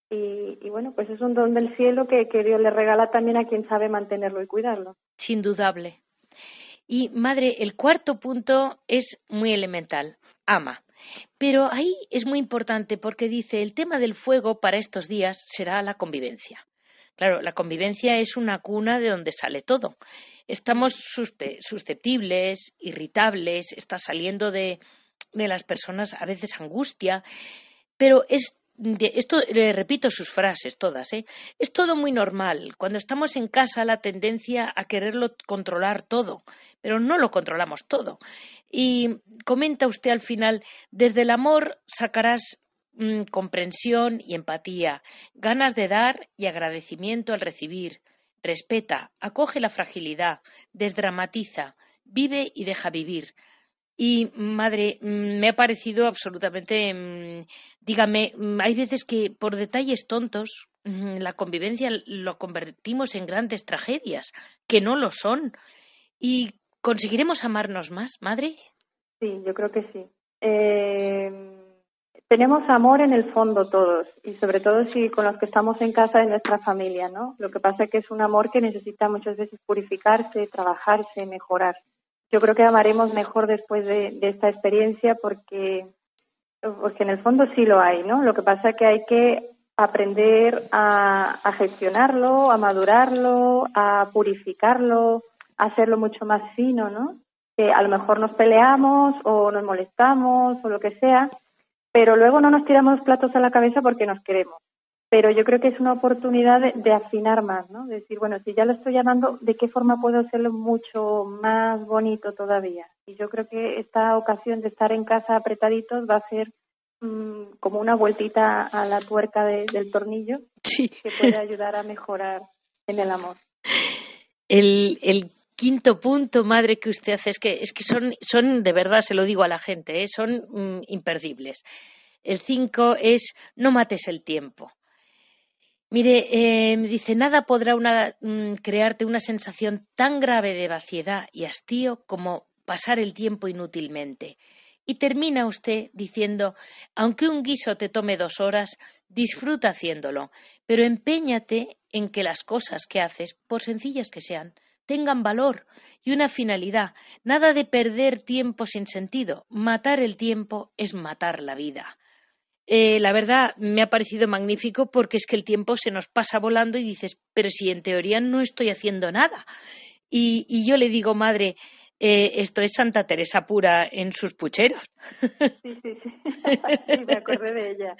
y bueno, pues es un don del cielo que Dios le regala también a quien sabe mantenerlo y cuidarlo. Sin dudable. Y, madre, el cuarto punto es muy elemental, ama. Pero ahí es muy importante porque dice, el tema del fuego para estos días será la convivencia. Claro, la convivencia es una cuna de donde sale todo. Estamos susceptibles, irritables, está saliendo de las personas a veces angustia, pero esto, le repito sus frases todas, es todo muy normal. Cuando estamos en casa la tendencia a quererlo controlar todo, pero no lo controlamos todo. Y comenta usted al final, desde el amor sacarás comprensión y empatía, ganas de dar y agradecimiento al recibir. Respeta, acoge la fragilidad, desdramatiza, vive y deja vivir. Y, madre, me ha parecido absolutamente, dígame, hay veces que por detalles tontos la convivencia lo convertimos en grandes tragedias, que no lo son. ¿Y conseguiremos amarnos más, madre? Sí, yo creo que sí. Tenemos amor en el fondo todos, y sobre todo si con los que estamos en casa de nuestra familia, ¿no? Lo que pasa es que es un amor que necesita muchas veces purificarse, trabajarse, mejorar. Yo creo que amaremos mejor después de esta experiencia porque en el fondo sí lo hay, ¿no? Lo que pasa es que hay que aprender a gestionarlo, a madurarlo, a purificarlo, hacerlo mucho más fino, ¿no? Que a lo mejor nos peleamos o nos molestamos o lo que sea, pero luego no nos tiramos platos a la cabeza porque nos queremos. Pero yo creo que es una oportunidad de afinar más, ¿no? De decir, bueno, si ya lo estoy llamando, ¿de qué forma puedo hacerlo mucho más bonito todavía? Y yo creo que esta ocasión de estar en casa apretaditos va a ser como una vueltita a la tuerca del tornillo, sí, que puede ayudar a mejorar en el amor. El quinto punto, madre, que usted hace es que son de verdad, se lo digo a la gente, son imperdibles. El 5 es no mates el tiempo. Mire, me dice, nada podrá crearte una sensación tan grave de vaciedad y hastío como pasar el tiempo inútilmente. Y termina usted diciendo, aunque un guiso te tome 2 horas, disfruta haciéndolo, pero empeñate en que las cosas que haces, por sencillas que sean, tengan valor y una finalidad. Nada de perder tiempo sin sentido. Matar el tiempo es matar la vida. La verdad me ha parecido magnífico porque es que el tiempo se nos pasa volando y dices, pero si en teoría no estoy haciendo nada. Y yo le digo, madre, esto es Santa Teresa pura en sus pucheros. Sí, me acordé de ella.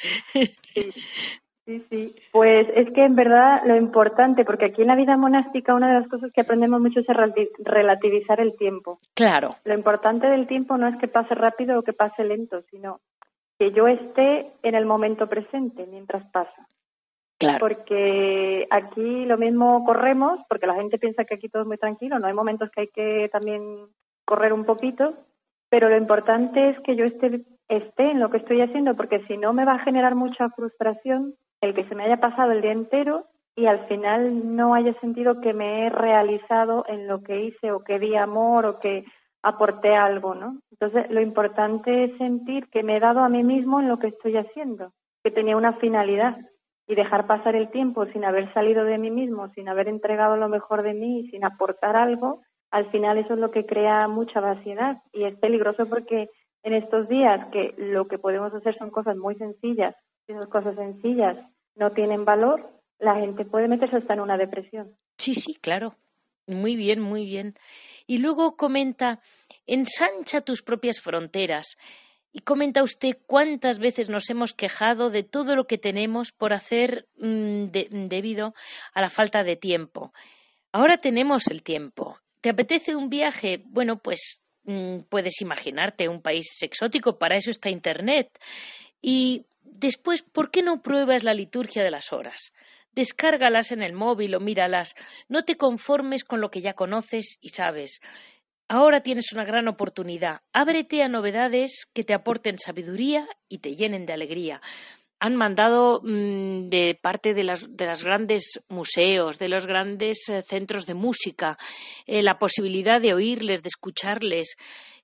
Sí. Pues es que en verdad lo importante, porque aquí en la vida monástica una de las cosas que aprendemos mucho es relativizar el tiempo. Claro. Lo importante del tiempo no es que pase rápido o que pase lento, sino que yo esté en el momento presente mientras pasa. Claro. Porque aquí lo mismo corremos, porque la gente piensa que aquí todo es muy tranquilo, no hay momentos que hay que también correr un poquito, pero lo importante es que yo esté en lo que estoy haciendo, porque si no me va a generar mucha frustración el que se me haya pasado el día entero y al final no haya sentido que me he realizado en lo que hice o que di amor o que aporté algo, ¿no? Entonces, lo importante es sentir que me he dado a mí mismo en lo que estoy haciendo, que tenía una finalidad, y dejar pasar el tiempo sin haber salido de mí mismo, sin haber entregado lo mejor de mí, sin aportar algo, al final eso es lo que crea mucha vaciedad y es peligroso porque en estos días que lo que podemos hacer son cosas muy sencillas, y esas cosas sencillas no tienen valor, la gente puede meterse hasta en una depresión. Sí, claro. Muy bien, muy bien. Y luego comenta, ensancha tus propias fronteras. Y comenta usted cuántas veces nos hemos quejado de todo lo que tenemos por hacer debido a la falta de tiempo. Ahora tenemos el tiempo. ¿Te apetece un viaje? Bueno, pues puedes imaginarte un país exótico, para eso está Internet. Y después, ¿por qué no pruebas la liturgia de las horas? Descárgalas en el móvil o míralas. No te conformes con lo que ya conoces y sabes. Ahora tienes una gran oportunidad. Ábrete a novedades que te aporten sabiduría y te llenen de alegría. Han mandado de parte de los grandes museos, de los grandes centros de música, la posibilidad de oírles, de escucharles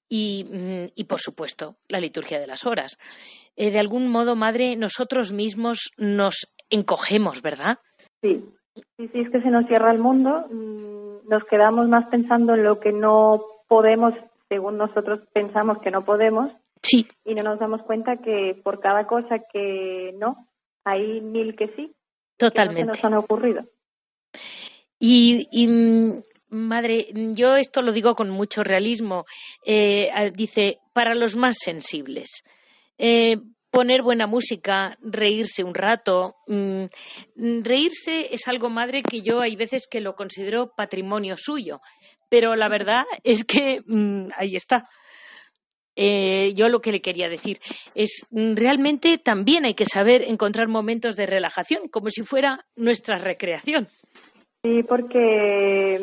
y, por supuesto, la liturgia de las horas. De algún modo, madre, nosotros mismos nos encogemos, ¿verdad? Sí, es que se nos cierra el mundo. Nos quedamos más pensando en lo que no podemos, según nosotros pensamos que no podemos, sí, y no nos damos cuenta que por cada cosa que no, hay 1000 que sí, totalmente, que no se nos han ocurrido. Y madre, yo esto lo digo con mucho realismo, dice, para los más sensibles, poner buena música, reírse un rato. Reírse es algo, madre, que yo hay veces que lo considero patrimonio suyo, pero la verdad es que ahí está. Yo lo que le quería decir es, realmente también hay que saber encontrar momentos de relajación, como si fuera nuestra recreación. Sí, porque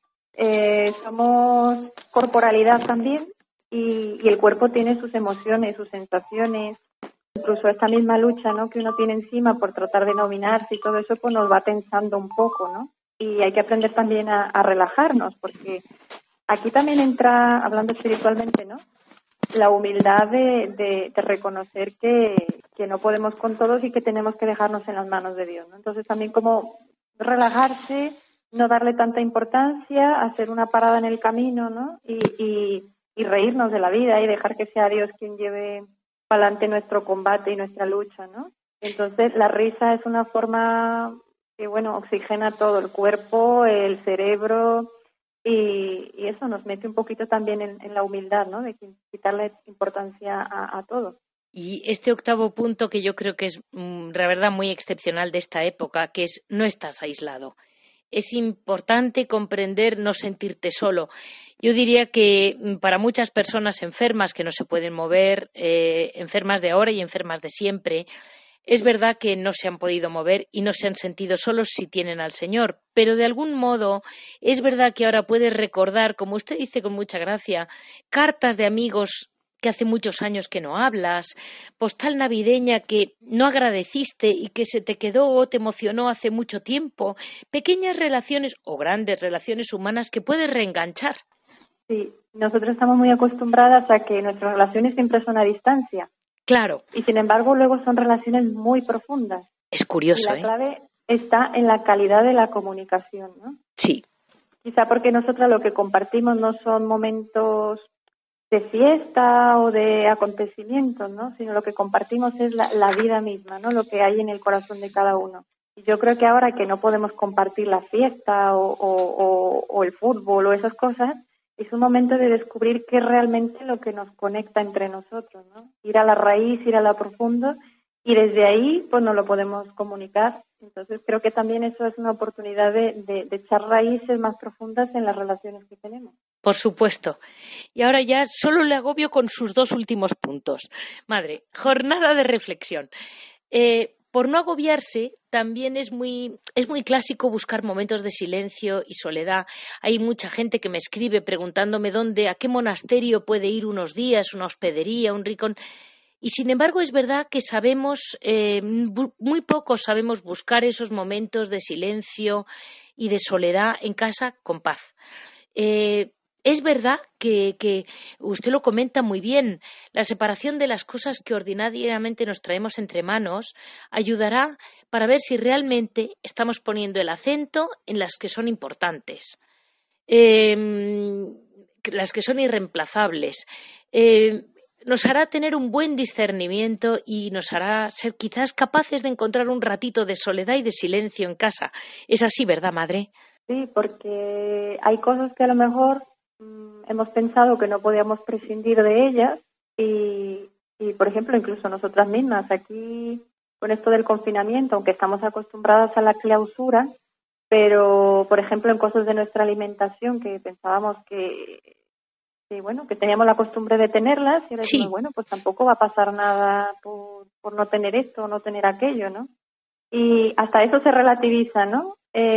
somos corporalidad también y el cuerpo tiene sus emociones, sus sensaciones. Incluso esta misma lucha, ¿no?, que uno tiene encima por tratar de dominarse y todo eso, pues nos va tensando un poco, ¿no? Y hay que aprender también a relajarnos, porque aquí también entra, hablando espiritualmente, ¿no?, la humildad de reconocer que no podemos con todos y que tenemos que dejarnos en las manos de Dios, ¿no? Entonces también como relajarse, no darle tanta importancia, hacer una parada en el camino, ¿no?, y reírnos de la vida y dejar que sea Dios quien lleve para adelante nuestro combate y nuestra lucha, ¿no? Entonces la risa es una forma que, bueno, oxigena todo el cuerpo, el cerebro, y eso nos mete un poquito también en la humildad, ¿no? De quitarle importancia a todo. Y este octavo punto, que yo creo que es la verdad muy excepcional de esta época, que es: no estás aislado. Es importante comprender, no sentirte solo. Yo diría que para muchas personas enfermas que no se pueden mover, enfermas de ahora y enfermas de siempre, es verdad que no se han podido mover y no se han sentido solos si tienen al Señor, pero de algún modo es verdad que ahora puedes recordar, como usted dice con mucha gracia, cartas de amigos que hace muchos años que no hablas, postal navideña que no agradeciste y que se te quedó o te emocionó hace mucho tiempo, pequeñas relaciones o grandes relaciones humanas que puedes reenganchar. Sí, nosotros estamos muy acostumbradas a que nuestras relaciones siempre son a distancia. Claro. Y sin embargo luego son relaciones muy profundas. Es curioso, y la clave está en la calidad de la comunicación, ¿no? Sí. Quizá porque nosotras lo que compartimos no son momentos de fiesta o de acontecimientos, ¿no? Sino lo que compartimos es la vida misma, ¿no? Lo que hay en el corazón de cada uno. Y yo creo que ahora que no podemos compartir la fiesta o el fútbol o esas cosas, es un momento de descubrir qué es realmente lo que nos conecta entre nosotros, ¿no? Ir a la raíz, ir a lo profundo, y desde ahí pues nos lo podemos comunicar. Entonces creo que también eso es una oportunidad de echar raíces más profundas en las relaciones que tenemos. Por supuesto. Y ahora ya solo le agobio con sus dos últimos puntos. Madre, jornada de reflexión. Por no agobiarse, también es muy clásico buscar momentos de silencio y soledad. Hay mucha gente que me escribe preguntándome a qué monasterio puede ir unos días, una hospedería, un rincón. Y sin embargo es verdad que sabemos, muy pocos sabemos buscar esos momentos de silencio y de soledad en casa con paz. Es verdad que usted lo comenta muy bien. La separación de las cosas que ordinariamente nos traemos entre manos ayudará para ver si realmente estamos poniendo el acento en las que son importantes, las que son irreemplazables. Nos hará tener un buen discernimiento y nos hará ser quizás capaces de encontrar un ratito de soledad y de silencio en casa. Es así, ¿verdad, madre? Sí, porque hay cosas que a lo mejor hemos pensado que no podíamos prescindir de ellas y, por ejemplo, incluso nosotras mismas aquí con esto del confinamiento, aunque estamos acostumbradas a la clausura, pero, por ejemplo, en cosas de nuestra alimentación que pensábamos que teníamos la costumbre de tenerlas y ahora sí. decimos, bueno, pues tampoco va a pasar nada por no tener esto o no tener aquello, ¿no? Y hasta eso se relativiza, ¿no?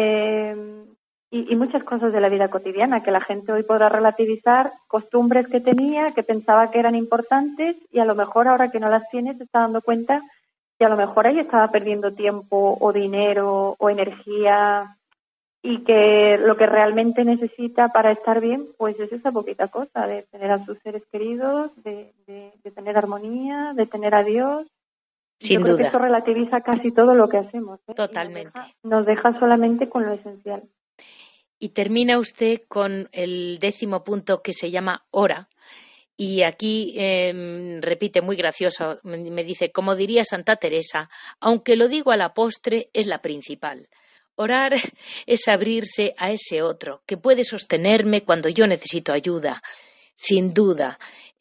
Y muchas cosas de la vida cotidiana, que la gente hoy podrá relativizar costumbres que tenía, que pensaba que eran importantes y a lo mejor ahora que no las tiene se está dando cuenta que a lo mejor ahí estaba perdiendo tiempo o dinero o energía y que lo que realmente necesita para estar bien pues es esa poquita cosa, de tener a sus seres queridos, de tener armonía, de tener a Dios. Sin Yo duda. creo que eso relativiza casi todo lo que hacemos, ¿eh? Totalmente. Nos deja solamente con lo esencial. Y termina usted con el 10º punto, que se llama ora. Y aquí repite muy gracioso, me dice, como diría Santa Teresa, aunque lo digo a la postre, es la principal. Orar es abrirse a ese otro que puede sostenerme cuando yo necesito ayuda, sin duda.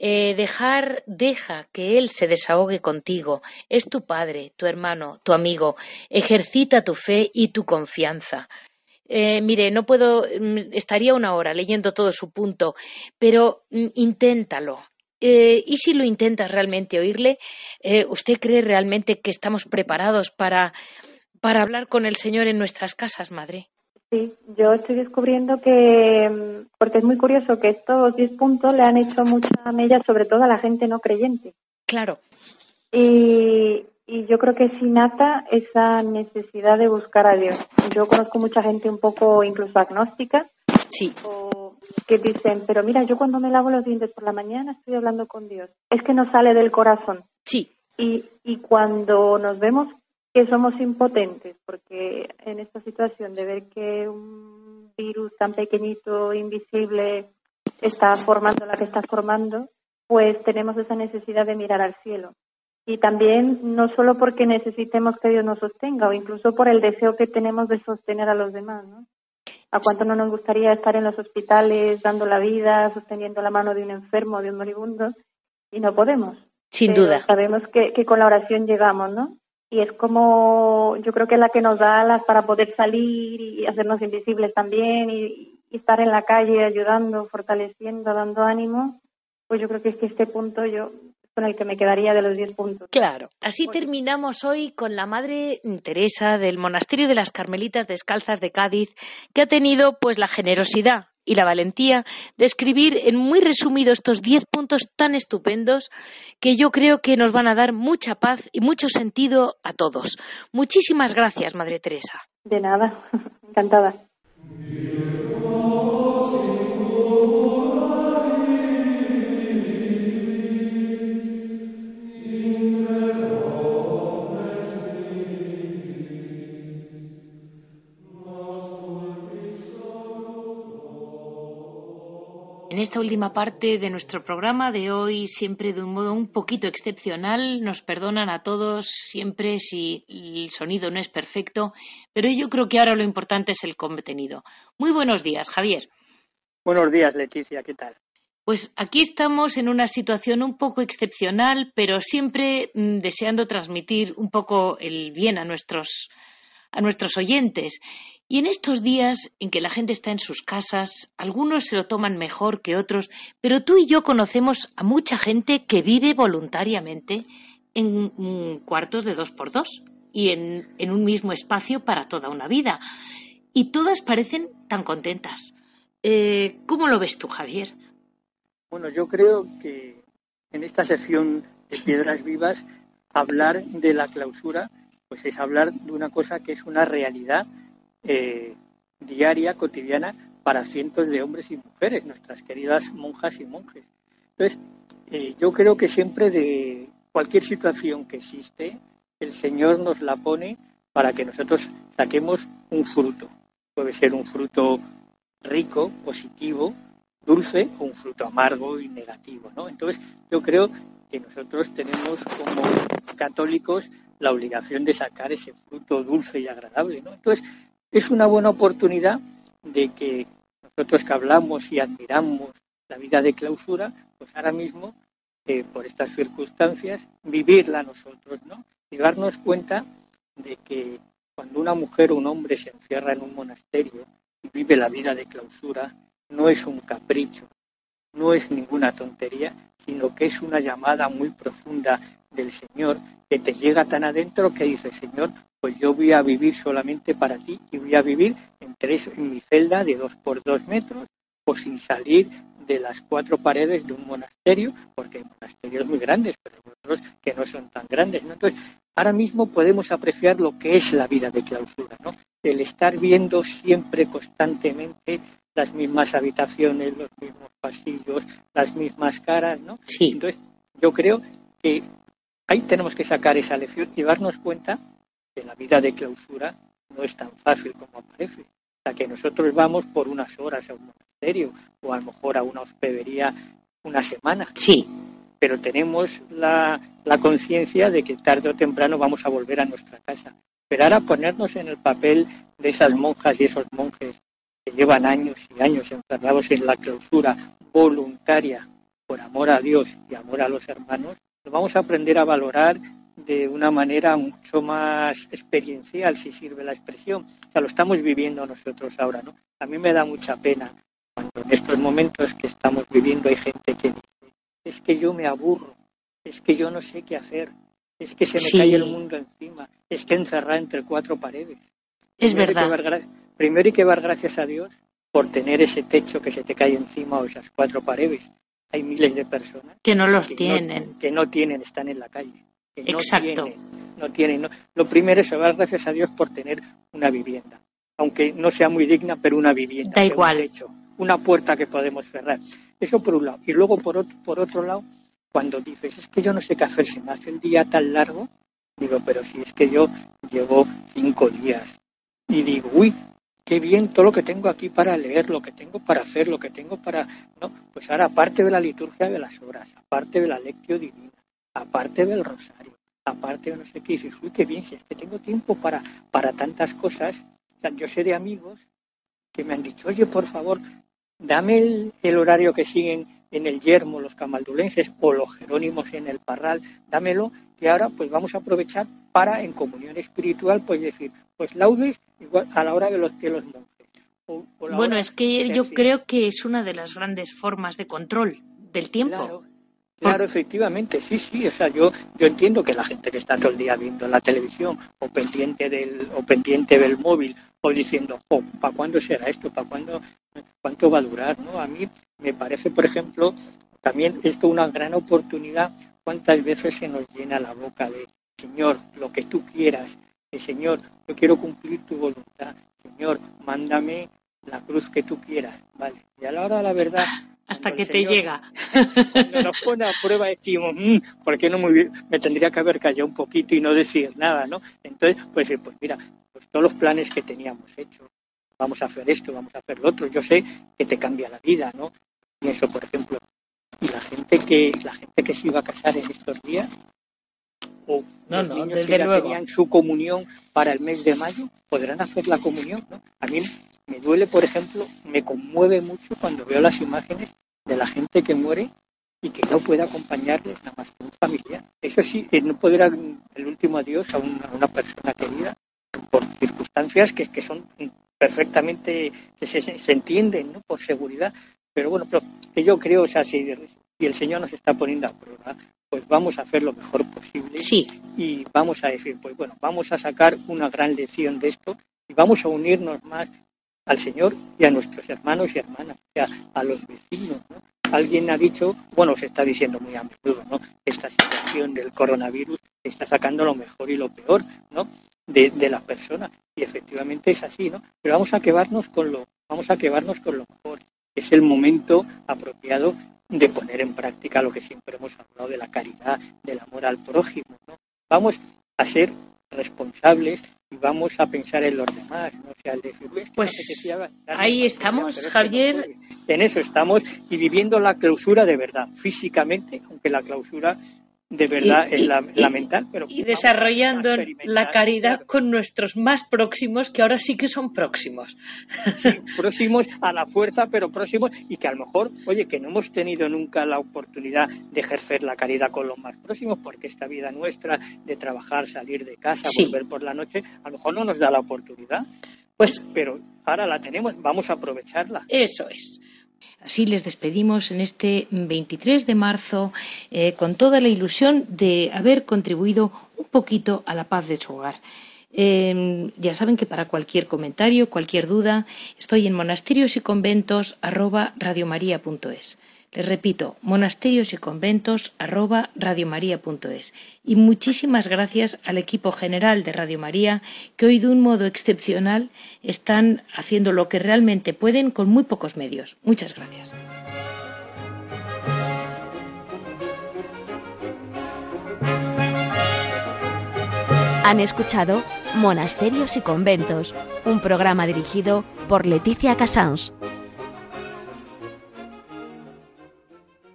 Deja que él se desahogue contigo. Es tu padre, tu hermano, tu amigo. Ejercita tu fe y tu confianza. Mire, no puedo, estaría una hora leyendo todo su punto, pero inténtalo. Y si lo intentas realmente oírle, ¿usted cree realmente que estamos preparados para hablar con el Señor en nuestras casas, madre? Sí, yo estoy descubriendo que, porque es muy curioso que estos 10 puntos le han hecho mucha mella, sobre todo a la gente no creyente. Claro. Y yo creo que es innata esa necesidad de buscar a Dios. Yo conozco mucha gente un poco incluso agnóstica. Sí. O que dicen, pero mira, yo cuando me lavo los dientes por la mañana estoy hablando con Dios. Es que no sale del corazón. Sí. Y cuando nos vemos que somos impotentes, porque en esta situación de ver que un virus tan pequeñito, invisible, está formando la que está formando, pues tenemos esa necesidad de mirar al cielo. Y también no solo porque necesitemos que Dios nos sostenga, o incluso por el deseo que tenemos de sostener a los demás, ¿no? ¿A cuánto no nos gustaría estar en los hospitales dando la vida, sosteniendo la mano de un enfermo, de un moribundo? Y no podemos. Sin duda. Sabemos que con la oración llegamos, ¿no? Y es como, yo creo que es la que nos da alas para poder salir y hacernos invisibles también y estar en la calle ayudando, fortaleciendo, dando ánimo. Pues yo creo que es que este punto yo con el que me quedaría de los 10 puntos. Claro. Así terminamos hoy con la Madre Teresa del Monasterio de las Carmelitas Descalzas de Cádiz, que ha tenido pues la generosidad y la valentía de escribir en muy resumido estos 10 puntos tan estupendos que yo creo que nos van a dar mucha paz y mucho sentido a todos. Muchísimas gracias, Madre Teresa. De nada, encantada. En esta última parte de nuestro programa de hoy, siempre de un modo un poquito excepcional, nos perdonan a todos siempre si el sonido no es perfecto, pero yo creo que ahora lo importante es el contenido. Muy buenos días, Javier. Buenos días, Leticia, ¿qué tal? Pues aquí estamos en una situación un poco excepcional, pero siempre deseando transmitir un poco el bien a nuestros oyentes. Y en estos días en que la gente está en sus casas, algunos se lo toman mejor que otros, pero tú y yo conocemos a mucha gente que vive voluntariamente en cuartos de 2x2 y en un mismo espacio para toda una vida. Y todas parecen tan contentas. ¿Cómo lo ves tú, Javier? Bueno, yo creo que en esta sección de Piedras Vivas, hablar de la clausura pues es hablar de una cosa que es una realidad diaria, cotidiana, para cientos de hombres y mujeres, nuestras queridas monjas y monjes. Entonces, yo creo que siempre de cualquier situación que existe, el Señor nos la pone para que nosotros saquemos un fruto. Puede ser un fruto rico, positivo, dulce, o un fruto amargo y negativo, ¿no? Entonces, yo creo que nosotros tenemos como católicos la obligación de sacar ese fruto dulce y agradable, ¿no? Entonces, es una buena oportunidad de que nosotros que hablamos y admiramos la vida de clausura, pues ahora mismo, por estas circunstancias, vivirla nosotros, ¿no? Y darnos cuenta de que cuando una mujer o un hombre se encierra en un monasterio y vive la vida de clausura, no es un capricho, no es ninguna tontería, sino que es una llamada muy profunda del Señor que te llega tan adentro que dice, Señor, pues yo voy a vivir solamente para ti y voy a vivir en mi celda de 2x2 metros o sin salir de las 4 paredes de un monasterio, porque hay monasterios muy grandes, pero hay otros que no son tan grandes, ¿no? Entonces, ahora mismo podemos apreciar lo que es la vida de clausura, ¿no? El estar viendo siempre, constantemente, las mismas habitaciones, los mismos pasillos, las mismas caras, ¿no? Sí. Entonces, yo creo que ahí tenemos que sacar esa lección y darnos cuenta que la vida de clausura no es tan fácil como parece. O sea, que nosotros vamos por unas horas a un monasterio o a lo mejor a una hospedería una semana. Sí. Pero tenemos la conciencia de que tarde o temprano vamos a volver a nuestra casa. Pero ahora ponernos en el papel de esas monjas y esos monjes que llevan años y años encerrados en la clausura voluntaria por amor a Dios y amor a los hermanos, lo vamos a aprender a valorar de una manera mucho más experiencial, si sirve la expresión. O sea, lo estamos viviendo nosotros ahora, ¿no? A mí me da mucha pena cuando en estos momentos que estamos viviendo hay gente que dice, es que yo me aburro, es que yo no sé qué hacer, es que se me cae el mundo encima, es que encerrar entre 4 paredes. Es verdad. Primero hay que dar gracias a Dios por tener ese techo que se te cae encima o esas 4 paredes. Hay miles de personas que no los tienen. Que no tienen, están en la calle. Que exacto. No tienen. Lo primero es dar gracias a Dios por tener una vivienda. Aunque no sea muy digna, pero una vivienda. Da igual. Un techo, una puerta que podemos cerrar. Eso por un lado. Y luego por otro lado, cuando dices, es que yo no sé qué hacer, se me hace el día tan largo, digo, pero si es que yo llevo 5 días. Y digo, uy, qué bien todo lo que tengo aquí para leer, lo que tengo para hacer, lo que tengo para... No, pues ahora, aparte de la liturgia de las horas, aparte de la lectio divina, aparte del rosario, aparte de no sé qué, dices, uy, qué bien, si es que tengo tiempo para tantas cosas. O sea, yo sé de amigos que me han dicho, oye, por favor, dame el horario que siguen en el Yermo los camaldulenses o los jerónimos en el Parral, dámelo, que ahora pues vamos a aprovechar para en comunión espiritual pues decir, pues laudes igual a la hora de los monjes. Bueno, es que yo creo que es una de las grandes formas de control del tiempo. Claro, efectivamente, sí. O sea, yo entiendo que la gente que está todo el día viendo la televisión o pendiente del móvil o diciendo, ¿para cuándo será esto? ¿Para cuánto va a durar? ¿No? A mí me parece, por ejemplo, también esto una gran oportunidad. ¿Cuántas veces se nos llena la boca de, Señor, lo que tú quieras, Señor, yo quiero cumplir tu voluntad, Señor, mándame la cruz que tú quieras, ¿vale? Y a la hora de la verdad... Hasta que te llega. Cuando nos pone a prueba decimos, ¿por qué no me tendría que haber callado un poquito y no decir nada, ¿no? Entonces, pues mira, pues todos los planes que teníamos hechos, vamos a hacer esto, vamos a hacer lo otro, yo sé que te cambia la vida, ¿no? Y eso, por ejemplo, y la gente que se iba a casar en estos días, o los niños que ya tenían su comunión para el mes de mayo, podrán hacer la comunión, ¿no? A mí me duele, por ejemplo, me conmueve mucho cuando veo las imágenes de la gente que muere y que no puede acompañarles nada más que un familiar. Eso sí, no poder dar el último adiós a una persona querida por circunstancias que son perfectamente, que se entienden, ¿no? Por seguridad. Pero bueno, pero que yo creo, o sea, si el Señor nos está poniendo a prueba, pues vamos a hacer lo mejor posible. Sí. Y vamos a decir, pues bueno, vamos a sacar una gran lección de esto y vamos a unirnos más al Señor y a nuestros hermanos y hermanas, o sea, a los vecinos, ¿no? Alguien ha dicho, bueno, se está diciendo muy a menudo, ¿no? Esta situación del coronavirus está sacando lo mejor y lo peor, ¿no? De las personas. Y efectivamente es así, ¿no? Pero vamos a quedarnos con lo mejor. Es el momento apropiado de poner en práctica lo que siempre hemos hablado de la caridad, del amor al prójimo, ¿no? Vamos a ser responsables y vamos a pensar en los demás, ¿no? O sea, pues ahí estamos, Javier. En eso estamos y viviendo la clausura de verdad, físicamente, aunque la clausura de verdad es lamentable. Pero y desarrollando la caridad con nuestros más próximos, que ahora sí que son próximos. Sí, próximos a la fuerza, pero próximos, y que a lo mejor, oye, que no hemos tenido nunca la oportunidad de ejercer la caridad con los más próximos, porque esta vida nuestra de trabajar, salir de casa, volver por la noche, a lo mejor no nos da la oportunidad. Pues, pero ahora la tenemos, vamos a aprovecharla. Eso es. Así les despedimos en este 23 de marzo con toda la ilusión de haber contribuido un poquito a la paz de su hogar. Ya saben que para cualquier comentario, cualquier duda, estoy en monasteriosyconventos@radiomaria.es. Les repito, monasteriosyconventos@radiomaria.es. Y muchísimas gracias al equipo general de Radio María, que hoy de un modo excepcional están haciendo lo que realmente pueden con muy pocos medios. Muchas gracias. Han escuchado Monasterios y Conventos, un programa dirigido por Leticia Casans.